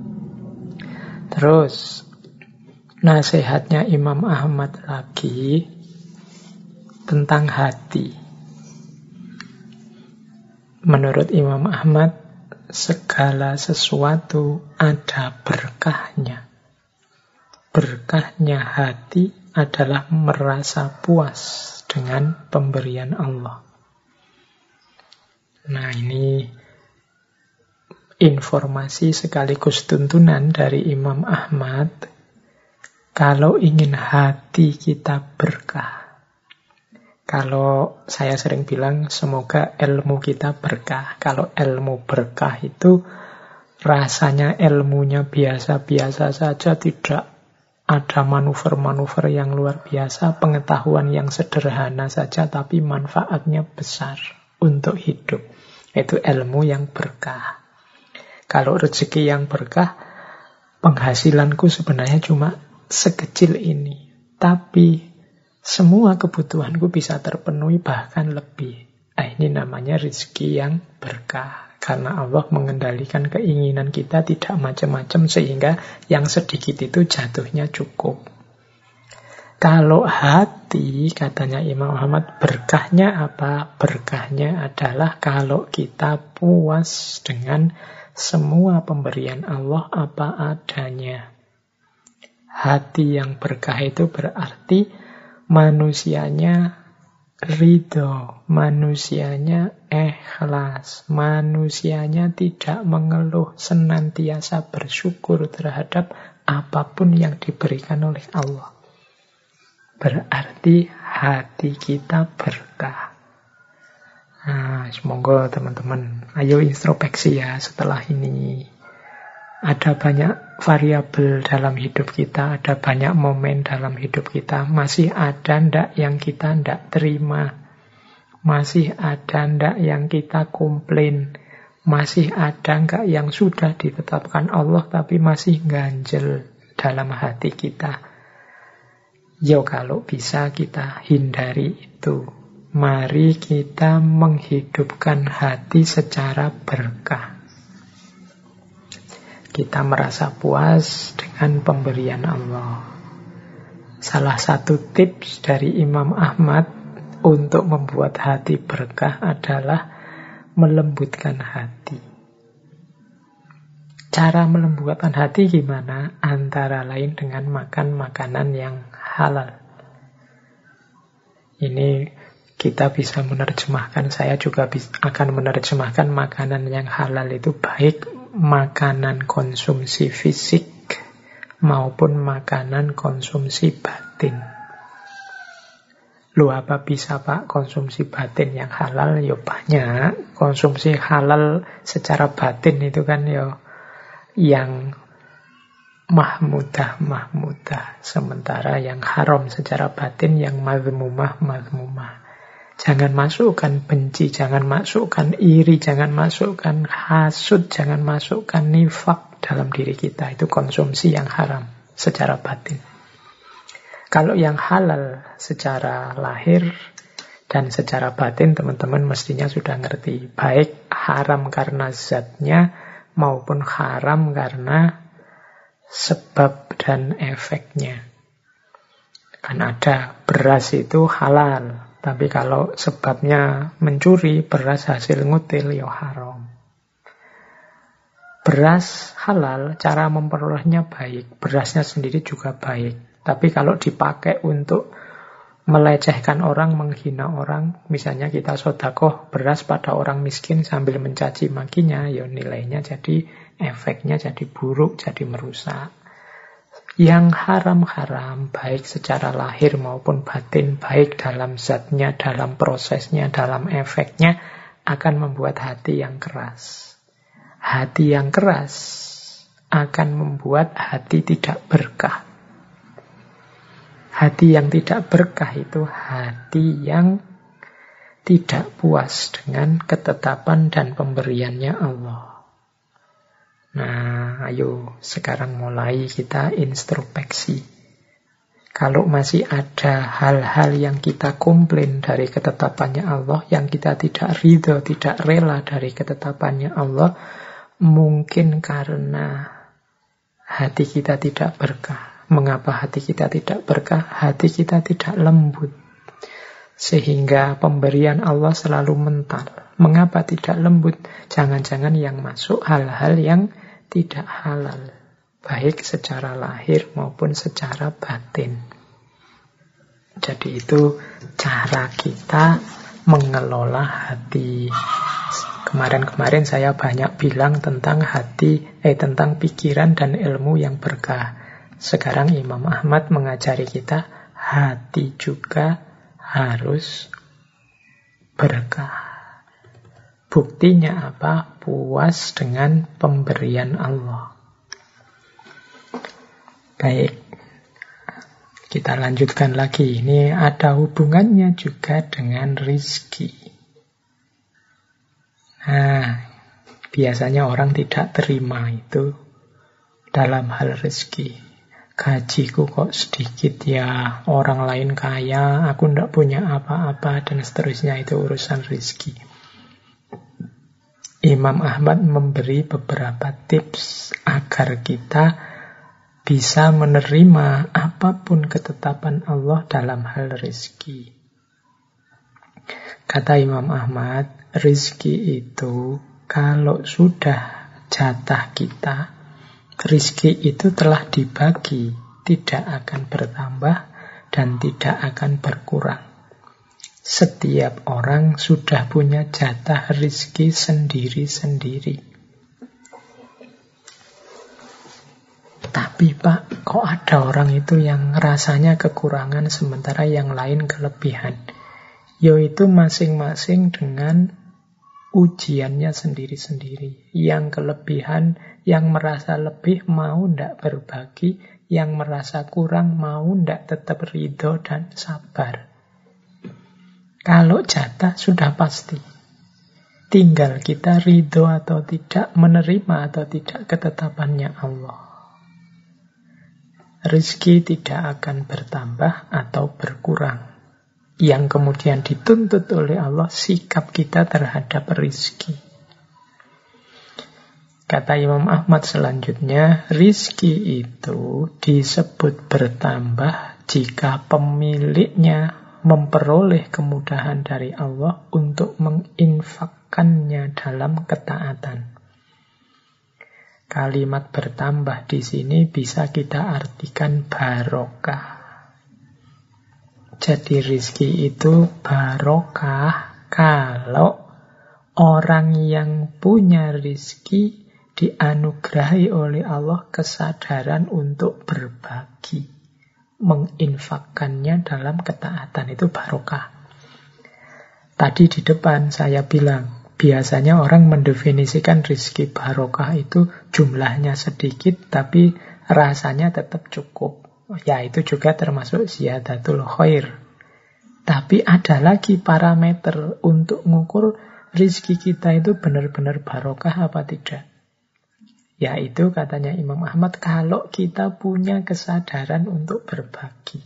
Terus, nasihatnya Imam Ahmad lagi tentang hati. Menurut Imam Ahmad, segala sesuatu ada berkahnya. Berkahnya hati adalah merasa puas dengan pemberian Allah. Nah, ini informasi sekaligus tuntunan dari Imam Ahmad. Kalau ingin hati kita berkah, kalau saya sering bilang semoga ilmu kita berkah. Kalau ilmu berkah itu rasanya ilmunya biasa-biasa saja, tidak ada manuver-manuver yang luar biasa, pengetahuan yang sederhana saja, tapi manfaatnya besar untuk hidup. Itu ilmu yang berkah. Kalau rezeki yang berkah, penghasilanku sebenarnya cuma sekecil ini, tapi semua kebutuhanku bisa terpenuhi, bahkan lebih. Nah, ini namanya rezeki yang berkah. Karena Allah mengendalikan keinginan kita tidak macam-macam, sehingga yang sedikit itu jatuhnya cukup. Kalau hati, katanya Imam Ahmad, berkahnya apa? Berkahnya adalah kalau kita puas dengan semua pemberian Allah apa adanya. Hati yang berkah itu berarti manusianya ridho, manusianya ikhlas, manusianya tidak mengeluh, senantiasa bersyukur terhadap apapun yang diberikan oleh Allah. Berarti hati kita berkah. Nah, semoga teman-teman, ayo introspeksi ya setelah ini. Ada banyak variabel dalam hidup kita, ada banyak momen dalam hidup kita. Masih ada ndak yang kita ndak terima? Masih ada ndak yang kita komplain? Masih ada nggak yang sudah ditetapkan Allah tapi masih ganjel dalam hati kita? Yo, kalau bisa kita hindari itu. Mari kita menghidupkan hati secara berkah. Kita merasa puas dengan pemberian Allah. Salah satu tips dari Imam Ahmad untuk membuat hati berkah adalah melembutkan hati. Cara melembutkan hati gimana? Antara lain dengan makan makanan yang halal. Ini kita bisa menerjemahkan, saya juga akan menerjemahkan makanan yang halal itu baik makanan konsumsi fisik maupun makanan konsumsi batin. Lu apa bisa Pak konsumsi batin yang halal? Ya banyak. Konsumsi halal secara batin itu kan ya yang mahmudah-mahmudah. Sementara yang haram secara batin yang mazmumah-mazmumah. Jangan masukkan benci, jangan masukkan iri, jangan masukkan hasud, jangan masukkan nifak dalam diri kita. Itu konsumsi yang haram secara batin. Kalau yang halal secara lahir dan secara batin, teman-teman mestinya sudah ngerti. Baik haram karena zatnya maupun haram karena sebab dan efeknya. Kan ada beras itu halal. Tapi kalau sebabnya mencuri, beras hasil ngutil, ya haram. Beras halal, cara memperolehnya baik. Berasnya sendiri juga baik. Tapi kalau dipakai untuk melecehkan orang, menghina orang, misalnya kita sedekah beras pada orang miskin sambil mencaci makinya, ya nilainya jadi, efeknya jadi buruk, jadi merusak. Yang haram-haram, baik secara lahir maupun batin, baik dalam zatnya, dalam prosesnya, dalam efeknya, akan membuat hati yang keras. Hati yang keras akan membuat hati tidak berkah. Hati yang tidak berkah itu hati yang tidak puas dengan ketetapan dan pemberiannya Allah. Nah, ayo sekarang mulai kita introspeksi. Kalau masih ada hal-hal yang kita komplain dari ketetapannya Allah, yang kita tidak ridho, tidak rela dari ketetapannya Allah, mungkin karena hati kita tidak berkah. Mengapa hati kita tidak berkah? Hati kita tidak lembut. Sehingga pemberian Allah selalu mental. Mengapa tidak lembut? Jangan-jangan yang masuk hal-hal yang tidak halal, baik secara lahir maupun secara batin. Jadi itu cara kita mengelola hati. Kemarin-kemarin saya banyak bilang tentang hati, eh tentang pikiran dan ilmu yang berkah. Sekarang Imam Ahmad mengajari kita hati juga harus berkah. Buktinya apa? Puas dengan pemberian Allah. Baik, kita lanjutkan lagi. Ini ada hubungannya juga dengan rizki. Nah, biasanya orang tidak terima itu dalam hal rizki. Gajiku kok sedikit ya, orang lain kaya, aku tidak punya apa-apa, dan seterusnya. Itu urusan rizki. Imam Ahmad memberi beberapa tips agar kita bisa menerima apapun ketetapan Allah dalam hal rizki. Kata Imam Ahmad, rizki itu kalau sudah jatah kita, rizki itu telah dibagi, tidak akan bertambah dan tidak akan berkurang. Setiap orang sudah punya jatah rizki sendiri-sendiri. Tapi Pak, kok ada orang itu yang rasanya kekurangan sementara yang lain kelebihan? Yaitu masing-masing dengan ujiannya sendiri-sendiri. Yang kelebihan, yang merasa lebih mau ndak berbagi, yang merasa kurang mau ndak tetap ridho dan sabar. Kalau jatah sudah pasti. Tinggal kita ridho atau tidak, menerima atau tidak ketetapannya Allah. Rizki tidak akan bertambah atau berkurang. Yang kemudian dituntut oleh Allah sikap kita terhadap rizki. Kata Imam Ahmad selanjutnya, rizki itu disebut bertambah jika pemiliknya memperoleh kemudahan dari Allah untuk menginfakkannya dalam ketaatan. Kalimat bertambah di sini bisa kita artikan barokah. Jadi rizki itu barokah kalau orang yang punya rizki dianugerahi oleh Allah kesadaran untuk berbagi. Menginfakkannya dalam ketaatan, itu barokah. Tadi di depan saya bilang, biasanya orang mendefinisikan rizki barokah itu jumlahnya sedikit tapi rasanya tetap cukup. Ya itu juga termasuk ziyadatul khair. Tapi ada lagi parameter untuk mengukur rizki kita itu benar-benar barokah apa tidak. Yaitu katanya Imam Ahmad, kalau kita punya kesadaran untuk berbagi.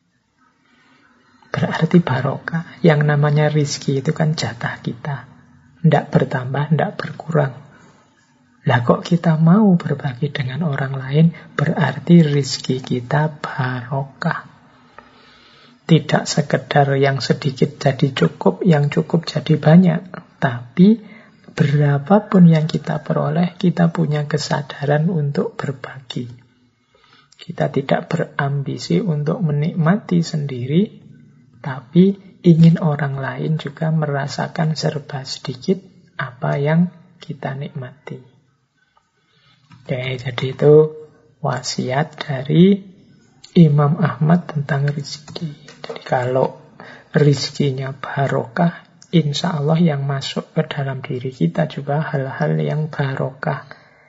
Berarti barokah. Yang namanya rizki itu kan jatah kita. Ndak bertambah, ndak berkurang. Lah kok kita mau berbagi dengan orang lain, berarti rizki kita barokah. Tidak sekedar yang sedikit jadi cukup, yang cukup jadi banyak. Tapi berapapun yang kita peroleh, kita punya kesadaran untuk berbagi. Kita tidak berambisi untuk menikmati sendiri, tapi ingin orang lain juga merasakan serba sedikit apa yang kita nikmati. Oke, jadi itu wasiat dari Imam Ahmad tentang rizki. Jadi kalau rizkinya barokah, insya Allah yang masuk ke dalam diri kita juga hal-hal yang barokah.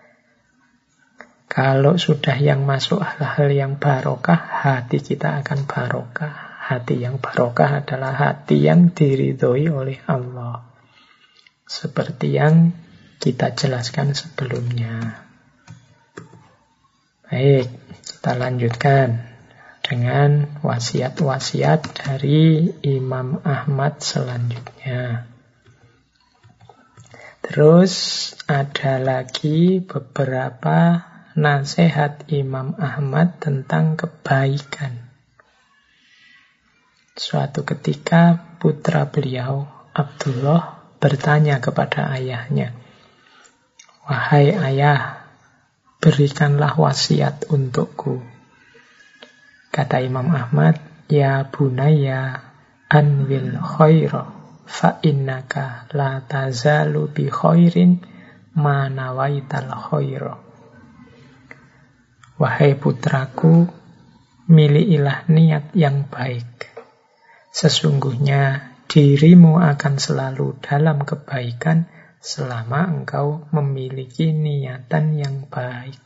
Kalau sudah yang masuk hal-hal yang barokah, hati kita akan barokah. Hati yang barokah adalah hati yang diridhoi oleh Allah. Seperti yang kita jelaskan sebelumnya. Baik, kita lanjutkan dengan wasiat-wasiat dari Imam Ahmad selanjutnya. Terus ada lagi beberapa nasihat Imam Ahmad tentang kebaikan. Suatu ketika putra beliau, Abdullah, bertanya kepada ayahnya, "Wahai ayah, berikanlah wasiat untukku." Kata Imam Ahmad, "Ya bunaya anwil khaira fa innaka la tazalu bi khairin ma nawaital khaira." Wahai putraku, milikilah niat yang baik. Sesungguhnya dirimu akan selalu dalam kebaikan selama engkau memiliki niatan yang baik.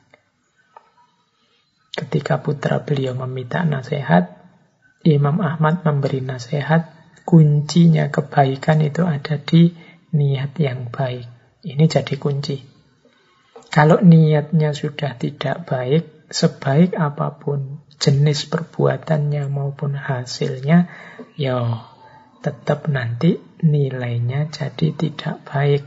Ketika putra beliau meminta nasihat, Imam Ahmad memberi nasihat, kuncinya kebaikan itu ada di niat yang baik. Ini jadi kunci. Kalau niatnya sudah tidak baik, sebaik apapun jenis perbuatannya maupun hasilnya, ya tetap nanti nilainya jadi tidak baik.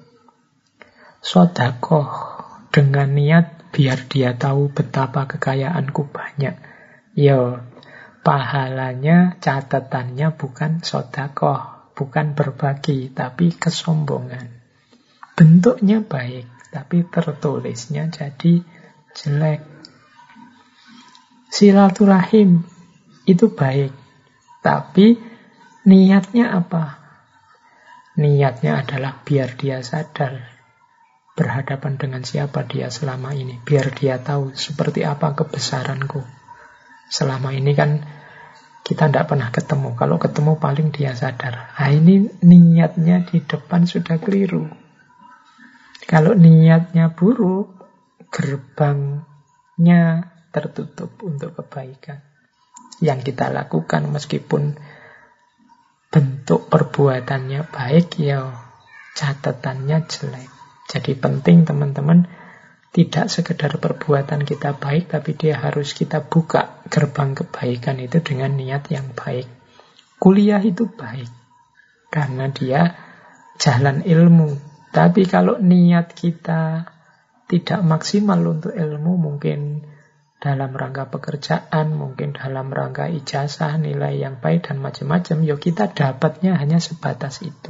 Sedekah dengan niat biar dia tahu betapa kekayaanku banyak. Ya, pahalanya, catatannya bukan sedekah, bukan berbagi, tapi kesombongan. Bentuknya baik, tapi tertulisnya jadi jelek. Silaturahim itu baik, tapi Niatnya apa? Niatnya adalah biar dia sadar berhadapan dengan siapa dia selama ini. Biar dia tahu seperti apa kebesaranku. Selama ini kan kita tidak pernah ketemu. Kalau ketemu paling dia sadar. Nah, ini niatnya di depan sudah keliru. Kalau niatnya buruk, gerbangnya tertutup untuk kebaikan. Yang kita lakukan meskipun bentuk perbuatannya baik, ya catatannya jelek. Jadi penting teman-teman, tidak sekedar perbuatan kita baik, tapi dia harus kita buka gerbang kebaikan itu dengan niat yang baik. Kuliah itu baik, karena dia jalan ilmu. Tapi kalau niat kita tidak maksimal untuk ilmu, mungkin dalam rangka pekerjaan, mungkin dalam rangka ijazah, nilai yang baik, dan macam-macam, ya kita dapatnya hanya sebatas itu.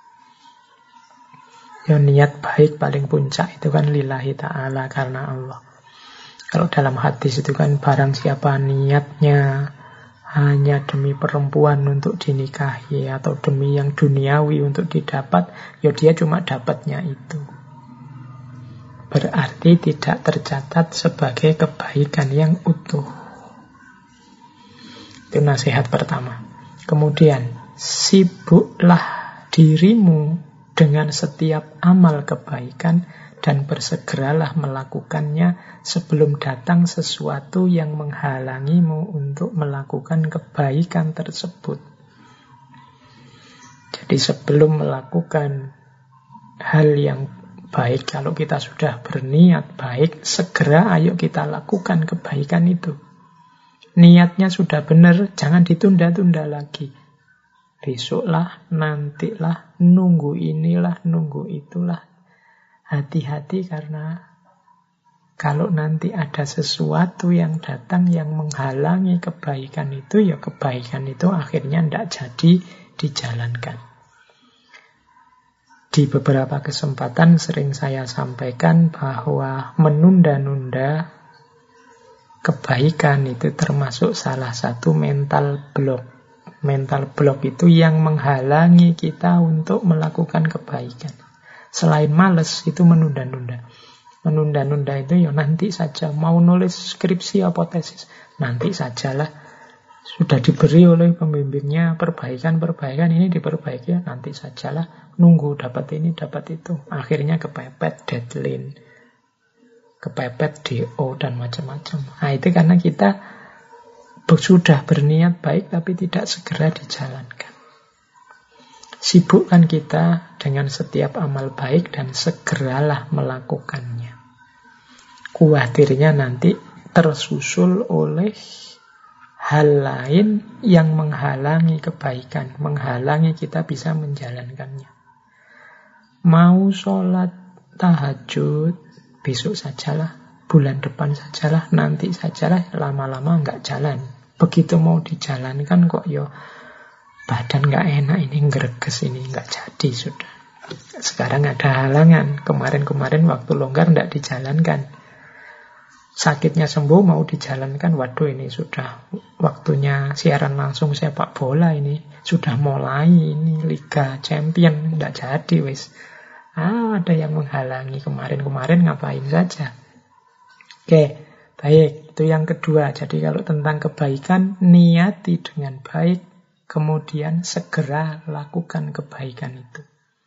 Ya niat baik paling puncak itu kan lillahi ta'ala, karena Allah. Kalau dalam hadis itu kan barang siapa niatnya hanya demi perempuan untuk dinikahi, atau demi yang duniawi untuk didapat, ya dia cuma dapatnya itu. Berarti tidak tercatat sebagai kebaikan yang utuh. Itu nasihat pertama. Kemudian, sibuklah dirimu dengan setiap amal kebaikan dan bersegeralah melakukannya sebelum datang sesuatu yang menghalangimu untuk melakukan kebaikan tersebut. Jadi sebelum melakukan hal yang baik, kalau kita sudah berniat baik, segera ayo kita lakukan kebaikan itu. Niatnya sudah benar, jangan ditunda-tunda lagi. Besoklah, nantilah, nunggu inilah, nunggu itulah. Hati-hati, karena kalau nanti ada sesuatu yang datang yang menghalangi kebaikan itu, ya kebaikan itu akhirnya tidak jadi dijalankan. Di beberapa kesempatan sering saya sampaikan bahwa menunda-nunda kebaikan itu termasuk salah satu mental block. Mental block itu yang menghalangi kita untuk melakukan kebaikan. Selain males, itu menunda-nunda. Menunda-nunda itu ya nanti saja. Mau nulis skripsi apa tesis, nanti sajalah. Sudah diberi oleh pembimbingnya perbaikan-perbaikan, ini diperbaiki, nanti sajalah. Nunggu dapat ini, dapat itu. Akhirnya kepepet deadline, kepepet D O, dan macam-macam. Nah, itu karena kita sudah berniat baik tapi tidak segera dijalankan. Sibukkan kita dengan setiap amal baik dan segeralah melakukannya. Kuatirnya nanti tersusul oleh hal lain yang menghalangi kebaikan, menghalangi kita bisa menjalankannya. Mau sholat tahajud, besok sajalah, bulan depan sajalah, nanti sajalah, lama-lama nggak jalan. Begitu mau dijalankan kok yo badan nggak enak, ini ngereges, ini nggak jadi sudah. Sekarang ada halangan, kemarin-kemarin waktu longgar nggak dijalankan. Sakitnya sembuh mau dijalankan, waduh ini sudah waktunya siaran langsung sepak bola, ini sudah mulai, ini Liga Champion, nggak jadi wis. Ah, ada yang menghalangi, kemarin-kemarin ngapain saja. Oke, baik, itu yang kedua. Jadi kalau tentang kebaikan, niati dengan baik, kemudian segera lakukan kebaikan itu.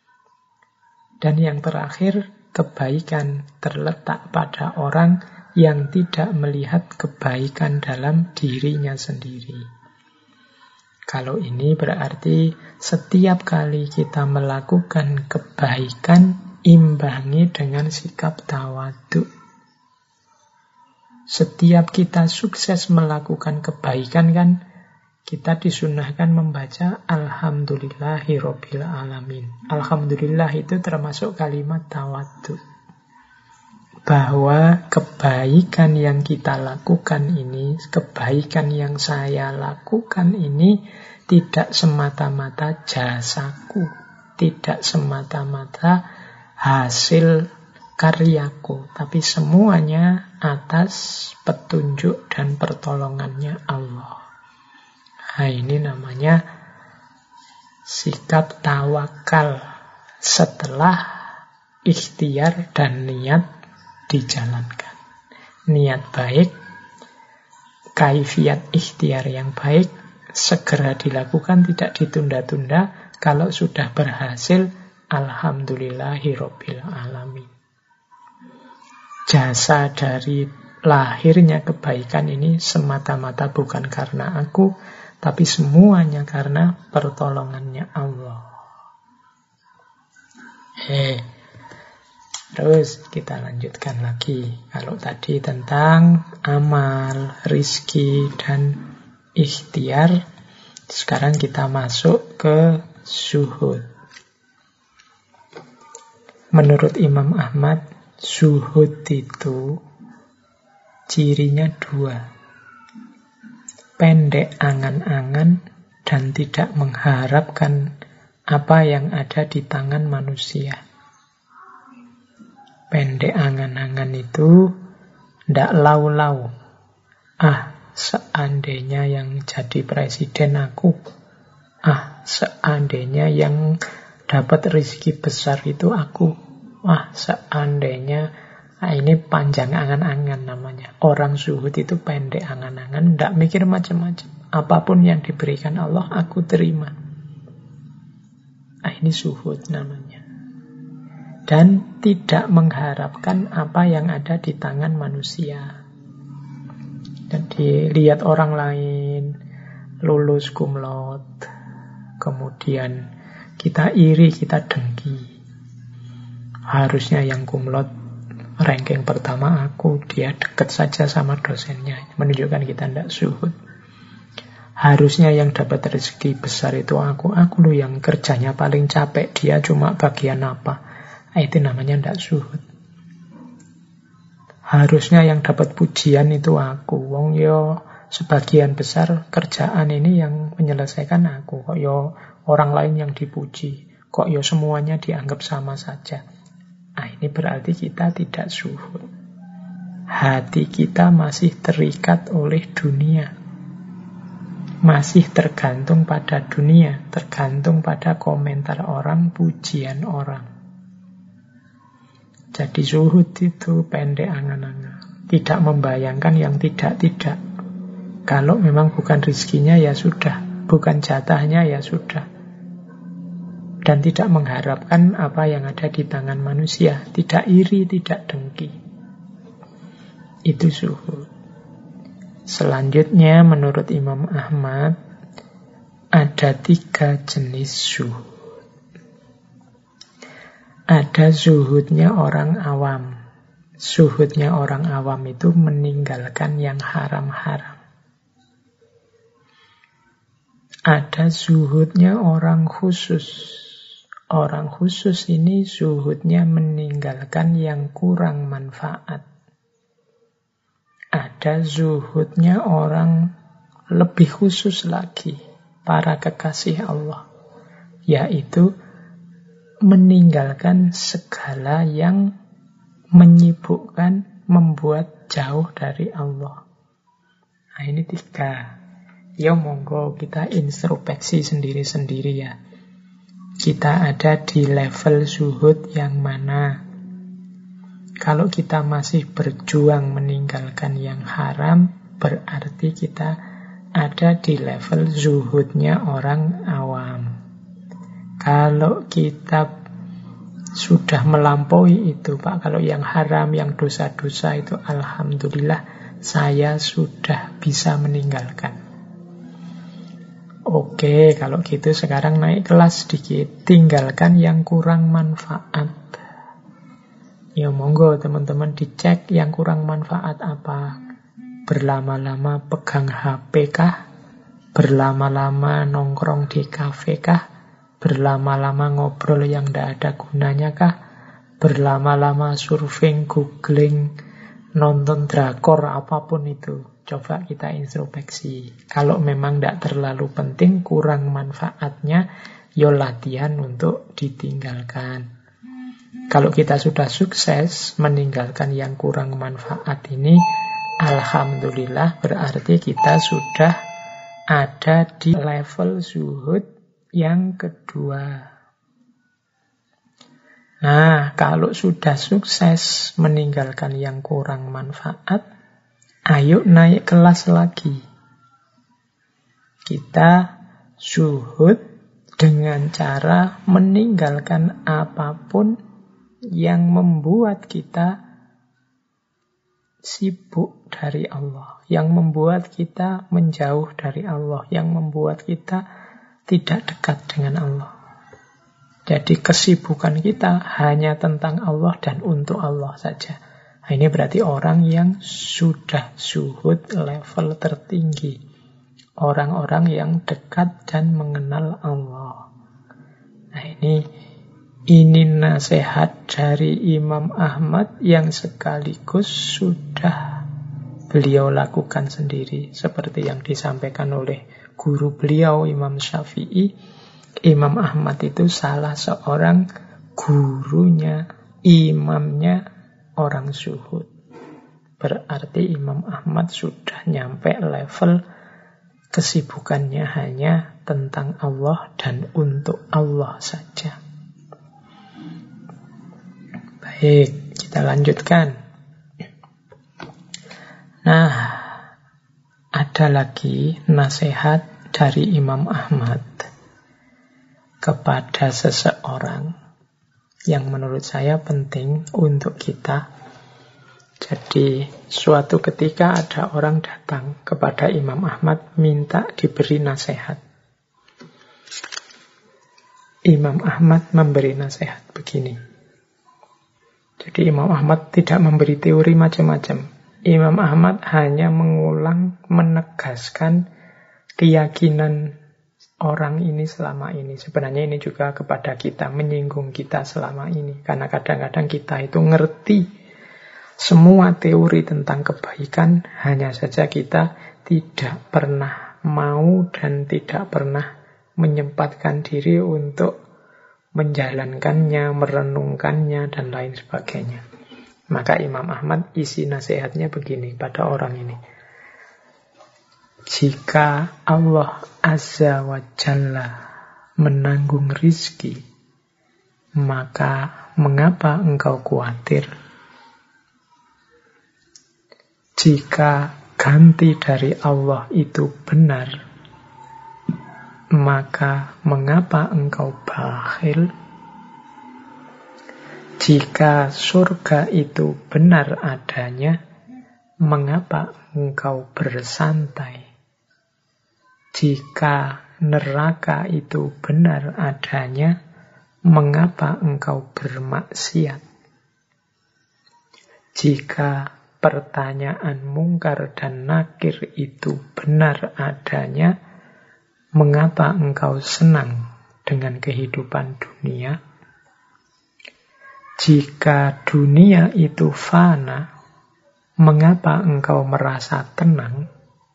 Dan yang terakhir, kebaikan terletak pada orang yang tidak melihat kebaikan dalam dirinya sendiri. Kalau ini berarti setiap kali kita melakukan kebaikan, imbangi dengan sikap tawadhu. Setiap kita sukses melakukan kebaikan kan, kita disunahkan membaca Alhamdulillahirabbil alamin. Alhamdulillah itu termasuk kalimat tawadhu. Bahwa kebaikan yang kita lakukan ini, kebaikan yang saya lakukan ini tidak semata-mata jasaku, tidak semata-mata hasil karyaku, tapi semuanya atas petunjuk dan pertolongannya Allah. Nah, ini namanya sikap tawakal setelah ikhtiar dan niat dijalankan. Niat baik, kaifiat ikhtiar yang baik, segera dilakukan, tidak ditunda-tunda. Kalau sudah berhasil, alhamdulillahirabbil alamin. Jasa dari lahirnya kebaikan ini semata-mata bukan karena aku, tapi semuanya karena pertolongannya Allah. Eh, terus kita lanjutkan lagi. Kalau tadi tentang amal, rizki, dan ikhtiar, sekarang kita masuk ke zuhud. Menurut Imam Ahmad, zuhud itu cirinya dua. Pendek angan-angan dan tidak mengharapkan apa yang ada di tangan manusia. Pendek angan-angan itu ndak lau-lau. Ah, seandainya yang jadi presiden aku. Ah, seandainya yang dapat rezeki besar itu aku. Ah, seandainya. Nah, ini panjang angan-angan namanya. Orang zuhud itu pendek angan-angan, ndak mikir macam-macam. Apapun yang diberikan Allah, aku terima. Nah, ini zuhud namanya. Dan tidak mengharapkan apa yang ada di tangan manusia. Jadi lihat orang lain lulus cum laude, kemudian kita iri, kita dengki. Harusnya yang cum laude ranking pertama aku, dia dekat saja sama dosennya, menunjukkan kita tidak zuhud. Harusnya yang dapat rezeki besar itu aku, aku loh yang kerjanya paling capek, dia cuma bagian apa. Nah, itu namanya tidak zuhud. Harusnya yang dapat pujian itu aku, wong yo sebagian besar kerjaan ini yang menyelesaikan aku, kok yo orang lain yang dipuji, kok yo semuanya dianggap sama saja. Nah, ini berarti kita tidak zuhud. Hati kita masih terikat oleh dunia. Masih tergantung pada dunia, tergantung pada komentar orang, pujian orang. Jadi zuhud itu pendek angan-angan. Tidak membayangkan yang tidak-tidak. Kalau memang bukan rezekinya ya sudah, bukan jatahnya ya sudah. Dan tidak mengharapkan apa yang ada di tangan manusia. Tidak iri, tidak dengki. Itu zuhud. Selanjutnya menurut Imam Ahmad, ada tiga jenis zuhud. Ada zuhudnya orang awam. Zuhudnya orang awam itu meninggalkan yang haram-haram. Ada zuhudnya orang khusus. Orang khusus ini zuhudnya meninggalkan yang kurang manfaat. Ada zuhudnya orang lebih khusus lagi, para kekasih Allah, yaitu meninggalkan segala yang menyibukkan, membuat jauh dari Allah. Nah, ini tiga. Ya monggo kita introspeksi sendiri-sendiri ya. Kita ada di level zuhud yang mana? Kalau kita masih berjuang meninggalkan yang haram, berarti kita ada di level zuhudnya orang awam. Kalau kita sudah melampaui itu, Pak, kalau yang haram, yang dosa-dosa itu, alhamdulillah, saya sudah bisa meninggalkan. Oke, kalau gitu sekarang naik kelas sedikit. Tinggalkan yang kurang manfaat. Ya monggo teman-teman dicek yang kurang manfaat apa. Berlama-lama pegang H P kah? Berlama-lama nongkrong di kafe kah? Berlama-lama ngobrol yang tidak ada gunanya kah? Berlama-lama surfing, googling, nonton drakor, apapun itu. Coba kita introspeksi. Kalau memang tidak terlalu penting, kurang manfaatnya, yo latihan untuk ditinggalkan. Kalau kita sudah sukses meninggalkan yang kurang manfaat ini, alhamdulillah berarti kita sudah ada di level zuhud yang kedua. Nah, kalau sudah sukses meninggalkan yang kurang manfaat, ayo naik kelas lagi. Kita zuhud dengan cara meninggalkan apapun yang membuat kita sibuk dari Allah, yang membuat kita menjauh dari Allah, yang membuat kita tidak dekat dengan Allah. Jadi kesibukan kita hanya tentang Allah dan untuk Allah saja. Nah, ini berarti orang yang sudah zuhud level tertinggi. Orang-orang yang dekat dan mengenal Allah. Nah, ini ini nasihat dari Imam Ahmad yang sekaligus sudah beliau lakukan sendiri. Seperti yang disampaikan oleh guru beliau, Imam Syafi'i. Imam Ahmad itu salah seorang gurunya, imamnya orang zuhud. Berarti Imam Ahmad sudah nyampe level kesibukannya hanya tentang Allah dan untuk Allah saja. Baik, kita lanjutkan. Nah, ada lagi nasihat dari Imam Ahmad kepada seseorang yang menurut saya penting untuk kita. Jadi, suatu ketika ada orang datang kepada Imam Ahmad minta diberi nasihat. Imam Ahmad memberi nasihat begini. Jadi Imam Ahmad tidak memberi teori macam-macam. Imam Ahmad hanya mengulang, menegaskan keyakinan orang ini selama ini. Sebenarnya ini juga kepada kita, menyinggung kita selama ini. Karena kadang-kadang kita itu ngerti semua teori tentang kebaikan, hanya saja kita tidak pernah mau dan tidak pernah menyempatkan diri untuk menjalankannya, merenungkannya, dan lain sebagainya. Maka Imam Ahmad isi nasihatnya begini pada orang ini. Jika Allah Azza wa Jalla menanggung rizki, maka mengapa engkau khawatir? Jika ganti dari Allah itu benar, maka mengapa engkau bakhil? Jika surga itu benar adanya, mengapa engkau bersantai? Jika neraka itu benar adanya, mengapa engkau bermaksiat? Jika pertanyaan mungkar dan nakir itu benar adanya, mengapa engkau senang dengan kehidupan dunia? Jika dunia itu fana, mengapa engkau merasa tenang?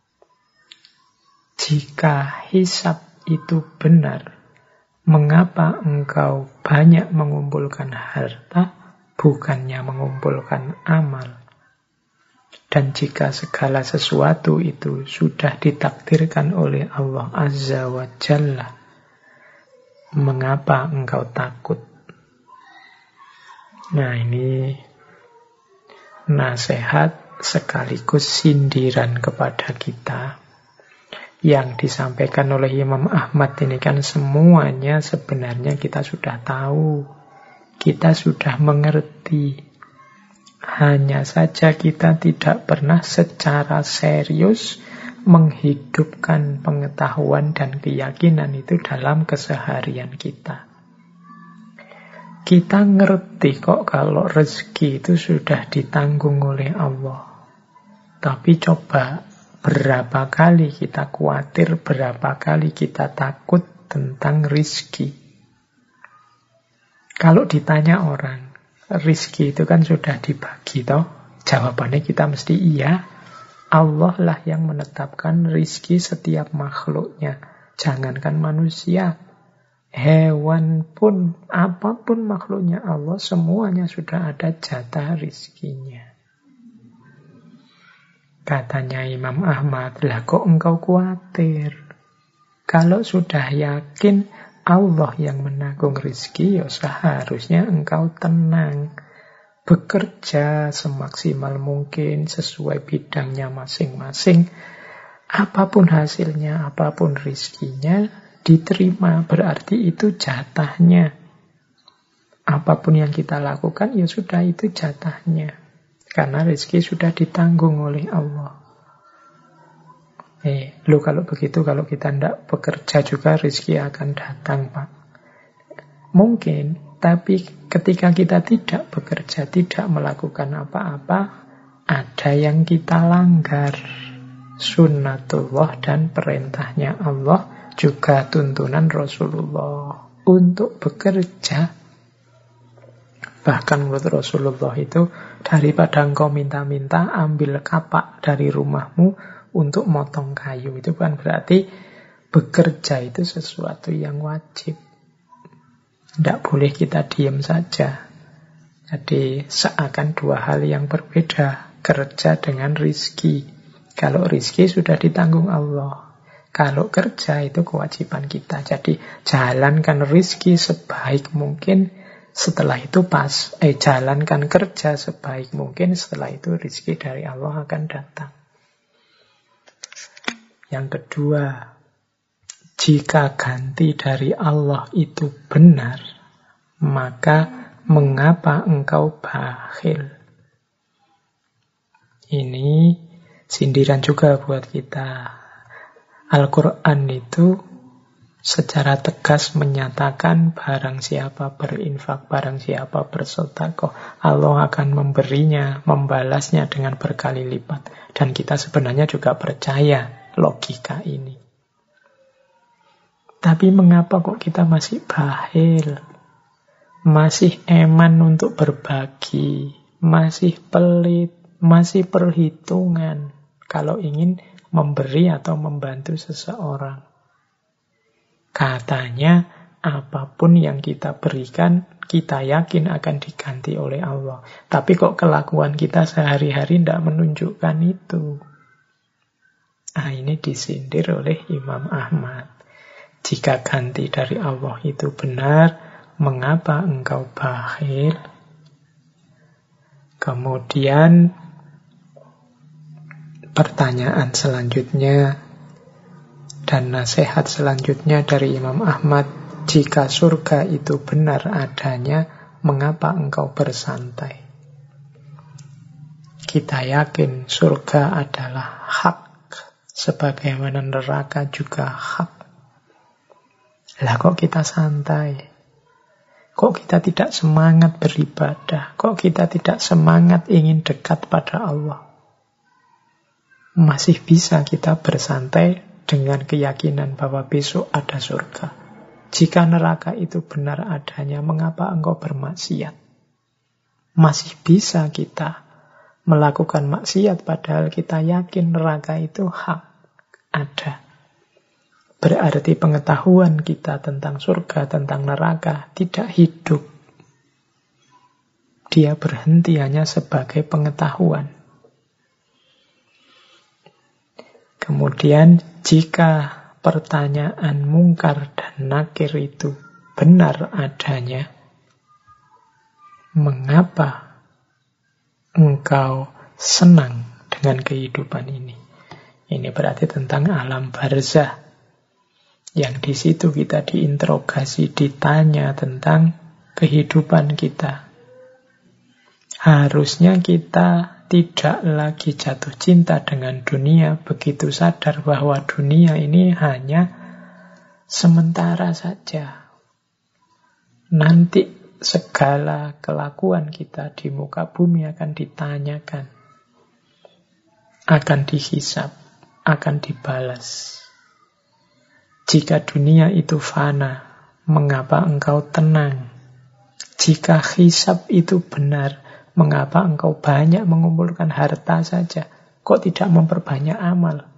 Jika hisab itu benar, mengapa engkau banyak mengumpulkan harta, bukannya mengumpulkan amal? Dan jika segala sesuatu itu sudah ditakdirkan oleh Allah Azza wa Jalla, mengapa engkau takut? Nah, ini nasihat sekaligus sindiran kepada kita. Yang disampaikan oleh Imam Ahmad ini kan semuanya sebenarnya kita sudah tahu. Kita sudah mengerti. Hanya saja kita tidak pernah secara serius menghidupkan pengetahuan dan keyakinan itu dalam keseharian kita. Kita ngerti kok kalau rezeki itu sudah ditanggung oleh Allah. Tapi coba berapa kali kita khawatir, berapa kali kita takut tentang rezeki. Kalau ditanya orang, rizki itu kan sudah dibagi toh? Jawabannya kita mesti iya. Allah lah yang menetapkan rizki setiap makhluknya. Jangankan manusia, hewan pun, apapun makhluknya Allah, semuanya sudah ada jatah rizkinya. Katanya Imam Ahmad, lah kok engkau khawatir? Kalau sudah yakin Allah yang menanggung rizki, ya seharusnya engkau tenang. Bekerja semaksimal mungkin sesuai bidangnya masing-masing. Apapun hasilnya, apapun rizkinya, diterima. Berarti itu jatahnya. Apapun yang kita lakukan, ya sudah itu jatahnya. Karena rizki sudah ditanggung oleh Allah. Eh, lu kalau begitu, kalau kita tidak bekerja juga rizki akan datang, Pak. Mungkin, tapi ketika kita tidak bekerja, tidak melakukan apa-apa, ada yang kita langgar. Sunnatullah dan perintahnya Allah, juga tuntunan Rasulullah untuk bekerja. Bahkan menurut Rasulullah itu, daripada engkau minta-minta, ambil kapak dari rumahmu untuk motong kayu. Itu bukan berarti bekerja itu sesuatu yang wajib. Tidak boleh kita diam saja. Jadi seakan dua hal yang berbeda. Kerja dengan rizki. Kalau rizki sudah ditanggung Allah. Kalau kerja itu kewajiban kita. Jadi jalankan rizki sebaik mungkin. Setelah itu pas. Eh jalankan kerja sebaik mungkin. Setelah itu rizki dari Allah akan datang. Yang kedua, jika ganti dari Allah itu benar, maka mengapa engkau bakhil? Ini sindiran juga buat kita. Al-Quran itu secara tegas menyatakan barang siapa berinfak, barang siapa bersedekah, Allah akan memberinya, membalasnya dengan berkali lipat. Dan kita sebenarnya juga percaya logika ini. Tapi mengapa kok kita masih bakhil? Masih eman untuk berbagi, masih pelit, masih perhitungan kalau ingin memberi atau membantu seseorang. Katanya apapun yang kita berikan, kita yakin akan diganti oleh Allah. Tapi kok kelakuan kita sehari-hari tidak menunjukkan itu. Nah, ini disindir oleh Imam Ahmad. Jika ganti dari Allah itu benar, mengapa engkau bakhil? Kemudian pertanyaan selanjutnya dan nasihat selanjutnya dari Imam Ahmad, jika surga itu benar adanya, mengapa engkau bersantai? Kita yakin surga adalah hak, sebagaimana neraka juga hak. Lah kok kita santai? Kok kita tidak semangat beribadah? Kok kita tidak semangat ingin dekat pada Allah? Masih bisa kita bersantai dengan keyakinan bahwa besok ada surga. Jika neraka itu benar adanya, mengapa engkau bermaksiat? Masih bisa kita melakukan maksiat padahal kita yakin neraka itu hak ada. Berarti pengetahuan kita tentang surga, tentang neraka tidak hidup. Dia berhenti hanya sebagai pengetahuan. Kemudian jika pertanyaan mungkar dan nakir itu benar adanya, mengapa engkau senang dengan kehidupan ini? Ini berarti tentang alam barzah. Yang di situ kita diinterogasi, ditanya tentang kehidupan kita. Harusnya kita tidak lagi jatuh cinta dengan dunia, begitu sadar bahwa dunia ini hanya sementara saja. Nanti segala kelakuan kita di muka bumi akan ditanyakan, akan dihisab, akan dibalas. Jika dunia itu fana, mengapa engkau tenang? Jika hisab itu benar, mengapa engkau banyak mengumpulkan harta saja? Kok tidak memperbanyak amal?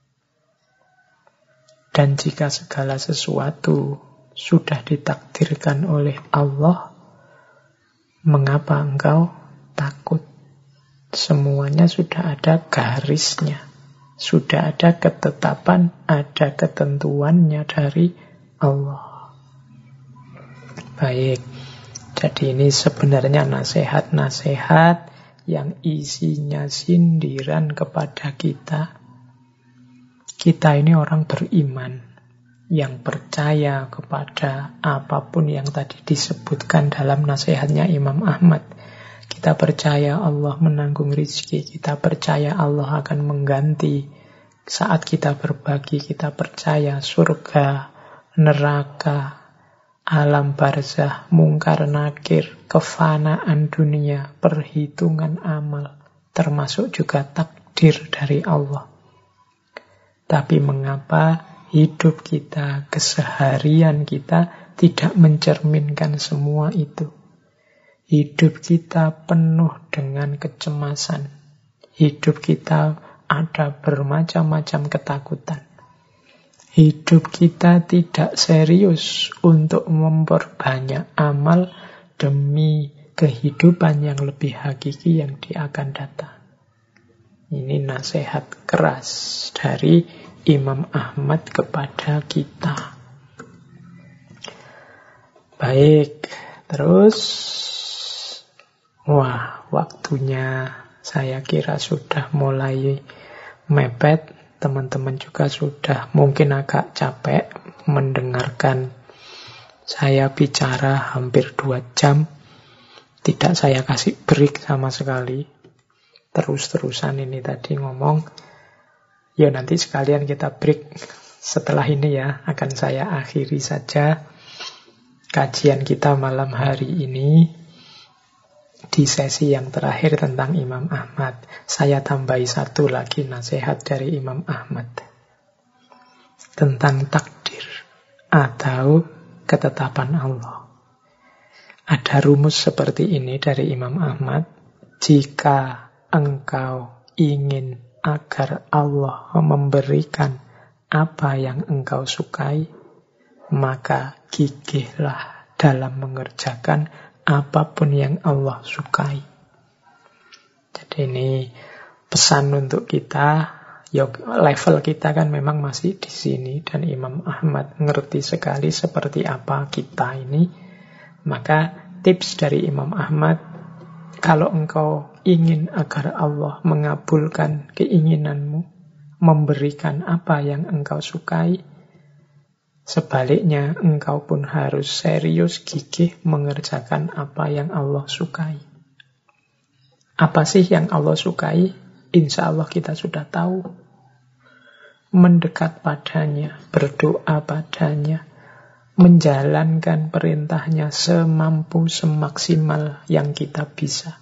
Dan jika segala sesuatu sudah ditakdirkan oleh Allah, mengapa engkau takut? Semuanya sudah ada garisnya. Sudah ada ketetapan, ada ketentuannya dari Allah. Baik, jadi ini sebenarnya nasihat-nasihat yang isinya sindiran kepada kita. Kita ini orang beriman yang percaya kepada apapun yang tadi disebutkan dalam nasihatnya Imam Ahmad. Kita percaya Allah menanggung rizki, kita percaya Allah akan mengganti saat kita berbagi, kita percaya surga, neraka, alam barzah, mungkar nakir, kefanaan dunia, perhitungan amal, termasuk juga takdir dari Allah. Tapi mengapa hidup kita, keseharian kita tidak mencerminkan semua itu? Hidup kita penuh dengan kecemasan. Hidup kita ada bermacam-macam ketakutan. Hidup kita tidak serius untuk memperbanyak amal demi kehidupan yang lebih hakiki yang dia akan datang. Ini nasihat keras dari Imam Ahmad kepada kita. Baik, terus wah, waktunya saya kira sudah mulai mepet. Teman-teman juga sudah mungkin agak capek mendengarkan saya bicara hampir dua jam. Tidak saya kasih break sama sekali. Terus-terusan ini tadi ngomong. Ya nanti sekalian kita break setelah ini ya. Akan saya akhiri saja kajian kita malam hari ini. Di sesi yang terakhir tentang Imam Ahmad, saya tambahi satu lagi nasihat dari Imam Ahmad tentang takdir atau ketetapan Allah. Ada rumus seperti ini dari Imam Ahmad. Jika engkau ingin agar Allah memberikan apa yang engkau sukai, maka gigihlah dalam mengerjakan apapun yang Allah sukai. Jadi ini pesan untuk kita. Ya, level kita kan memang masih di sini dan Imam Ahmad ngerti sekali seperti apa kita ini. Maka tips dari Imam Ahmad, kalau engkau ingin agar Allah mengabulkan keinginanmu, memberikan apa yang engkau sukai, sebaliknya, engkau pun harus serius, gigih mengerjakan apa yang Allah sukai. Apa sih yang Allah sukai? Insya Allah kita sudah tahu. Mendekat padanya, berdoa padanya, menjalankan perintahnya semampu, semaksimal yang kita bisa.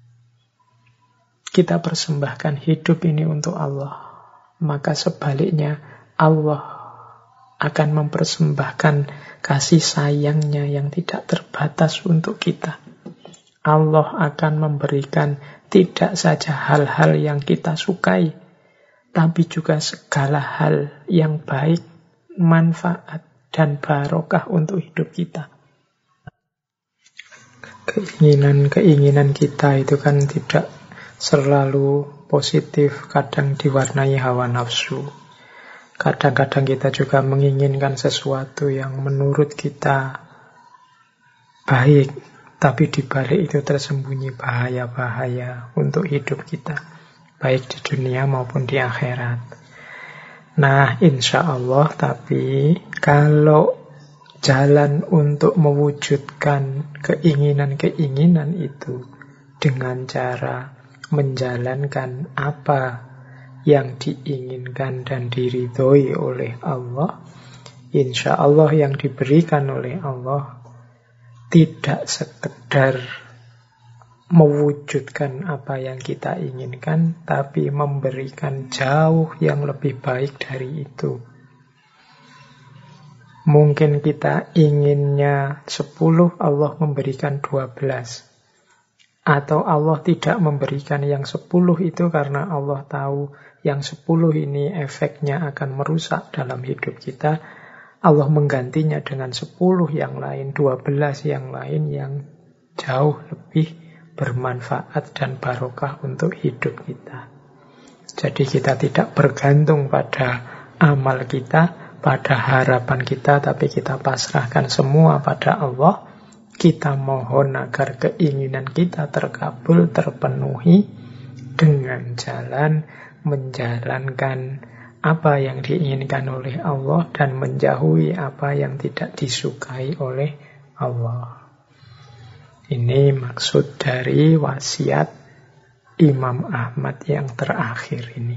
Kita persembahkan hidup ini untuk Allah. Maka sebaliknya, Allah akan mempersembahkan kasih sayangnya yang tidak terbatas untuk kita. Allah akan memberikan tidak saja hal-hal yang kita sukai, tapi juga segala hal yang baik, manfaat, dan barokah untuk hidup kita. Keinginan-keinginan kita itu kan tidak selalu positif, kadang diwarnai hawa nafsu. Kadang-kadang kita juga menginginkan sesuatu yang menurut kita baik, tapi di balik itu tersembunyi bahaya-bahaya untuk hidup kita, baik di dunia maupun di akhirat. Nah, insya Allah, tapi kalau jalan untuk mewujudkan keinginan-keinginan itu dengan cara menjalankan apa yang diinginkan dan diridhoi oleh Allah, insya Allah yang diberikan oleh Allah tidak sekedar mewujudkan apa yang kita inginkan, tapi memberikan jauh yang lebih baik dari itu. Mungkin kita inginnya sepuluh, Allah memberikan dua belas. Atau Allah tidak memberikan yang sepuluh itu karena Allah tahu yang sepuluh ini efeknya akan merusak dalam hidup kita. Allah menggantinya dengan sepuluh yang lain, dua belas yang lain yang jauh lebih bermanfaat dan barokah untuk hidup kita. Jadi kita tidak bergantung pada amal kita, pada harapan kita, tapi kita pasrahkan semua pada Allah. Kita mohon agar keinginan kita terkabul, terpenuhi dengan jalan menjalankan apa yang diinginkan oleh Allah dan menjauhi apa yang tidak disukai oleh Allah. Ini maksud dari wasiat Imam Ahmad yang terakhir ini.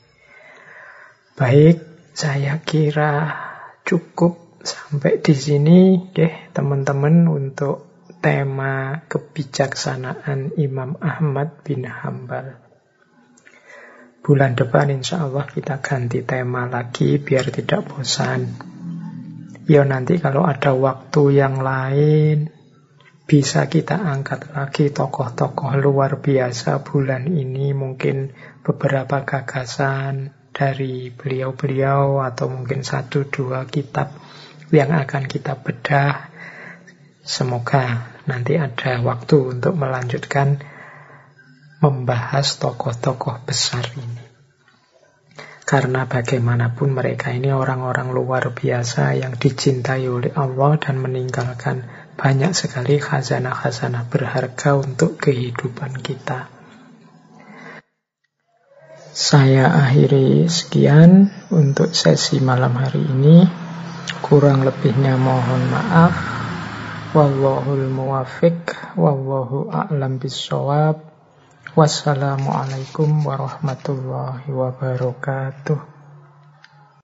Baik, saya kira cukup sampai di sini, okay, teman-teman, untuk tema kebijaksanaan Imam Ahmad bin Hambal. Bulan depan insya Allah kita ganti tema lagi biar tidak bosan. Ya nanti kalau ada waktu yang lain bisa kita angkat lagi tokoh-tokoh luar biasa bulan ini. Mungkin beberapa gagasan dari beliau-beliau atau mungkin satu dua kitab yang akan kita bedah. Semoga nanti ada waktu untuk melanjutkan membahas tokoh-tokoh besar ini. Karena bagaimanapun mereka ini orang-orang luar biasa yang dicintai oleh Allah dan meninggalkan banyak sekali khazanah-khazanah berharga untuk kehidupan kita. Saya akhiri sekian untuk sesi malam hari ini. Kurang lebihnya mohon maaf. Wallahul muwafiq, wallahu a'lam bissawab. Wassalamualaikum warahmatullahi wabarakatuh.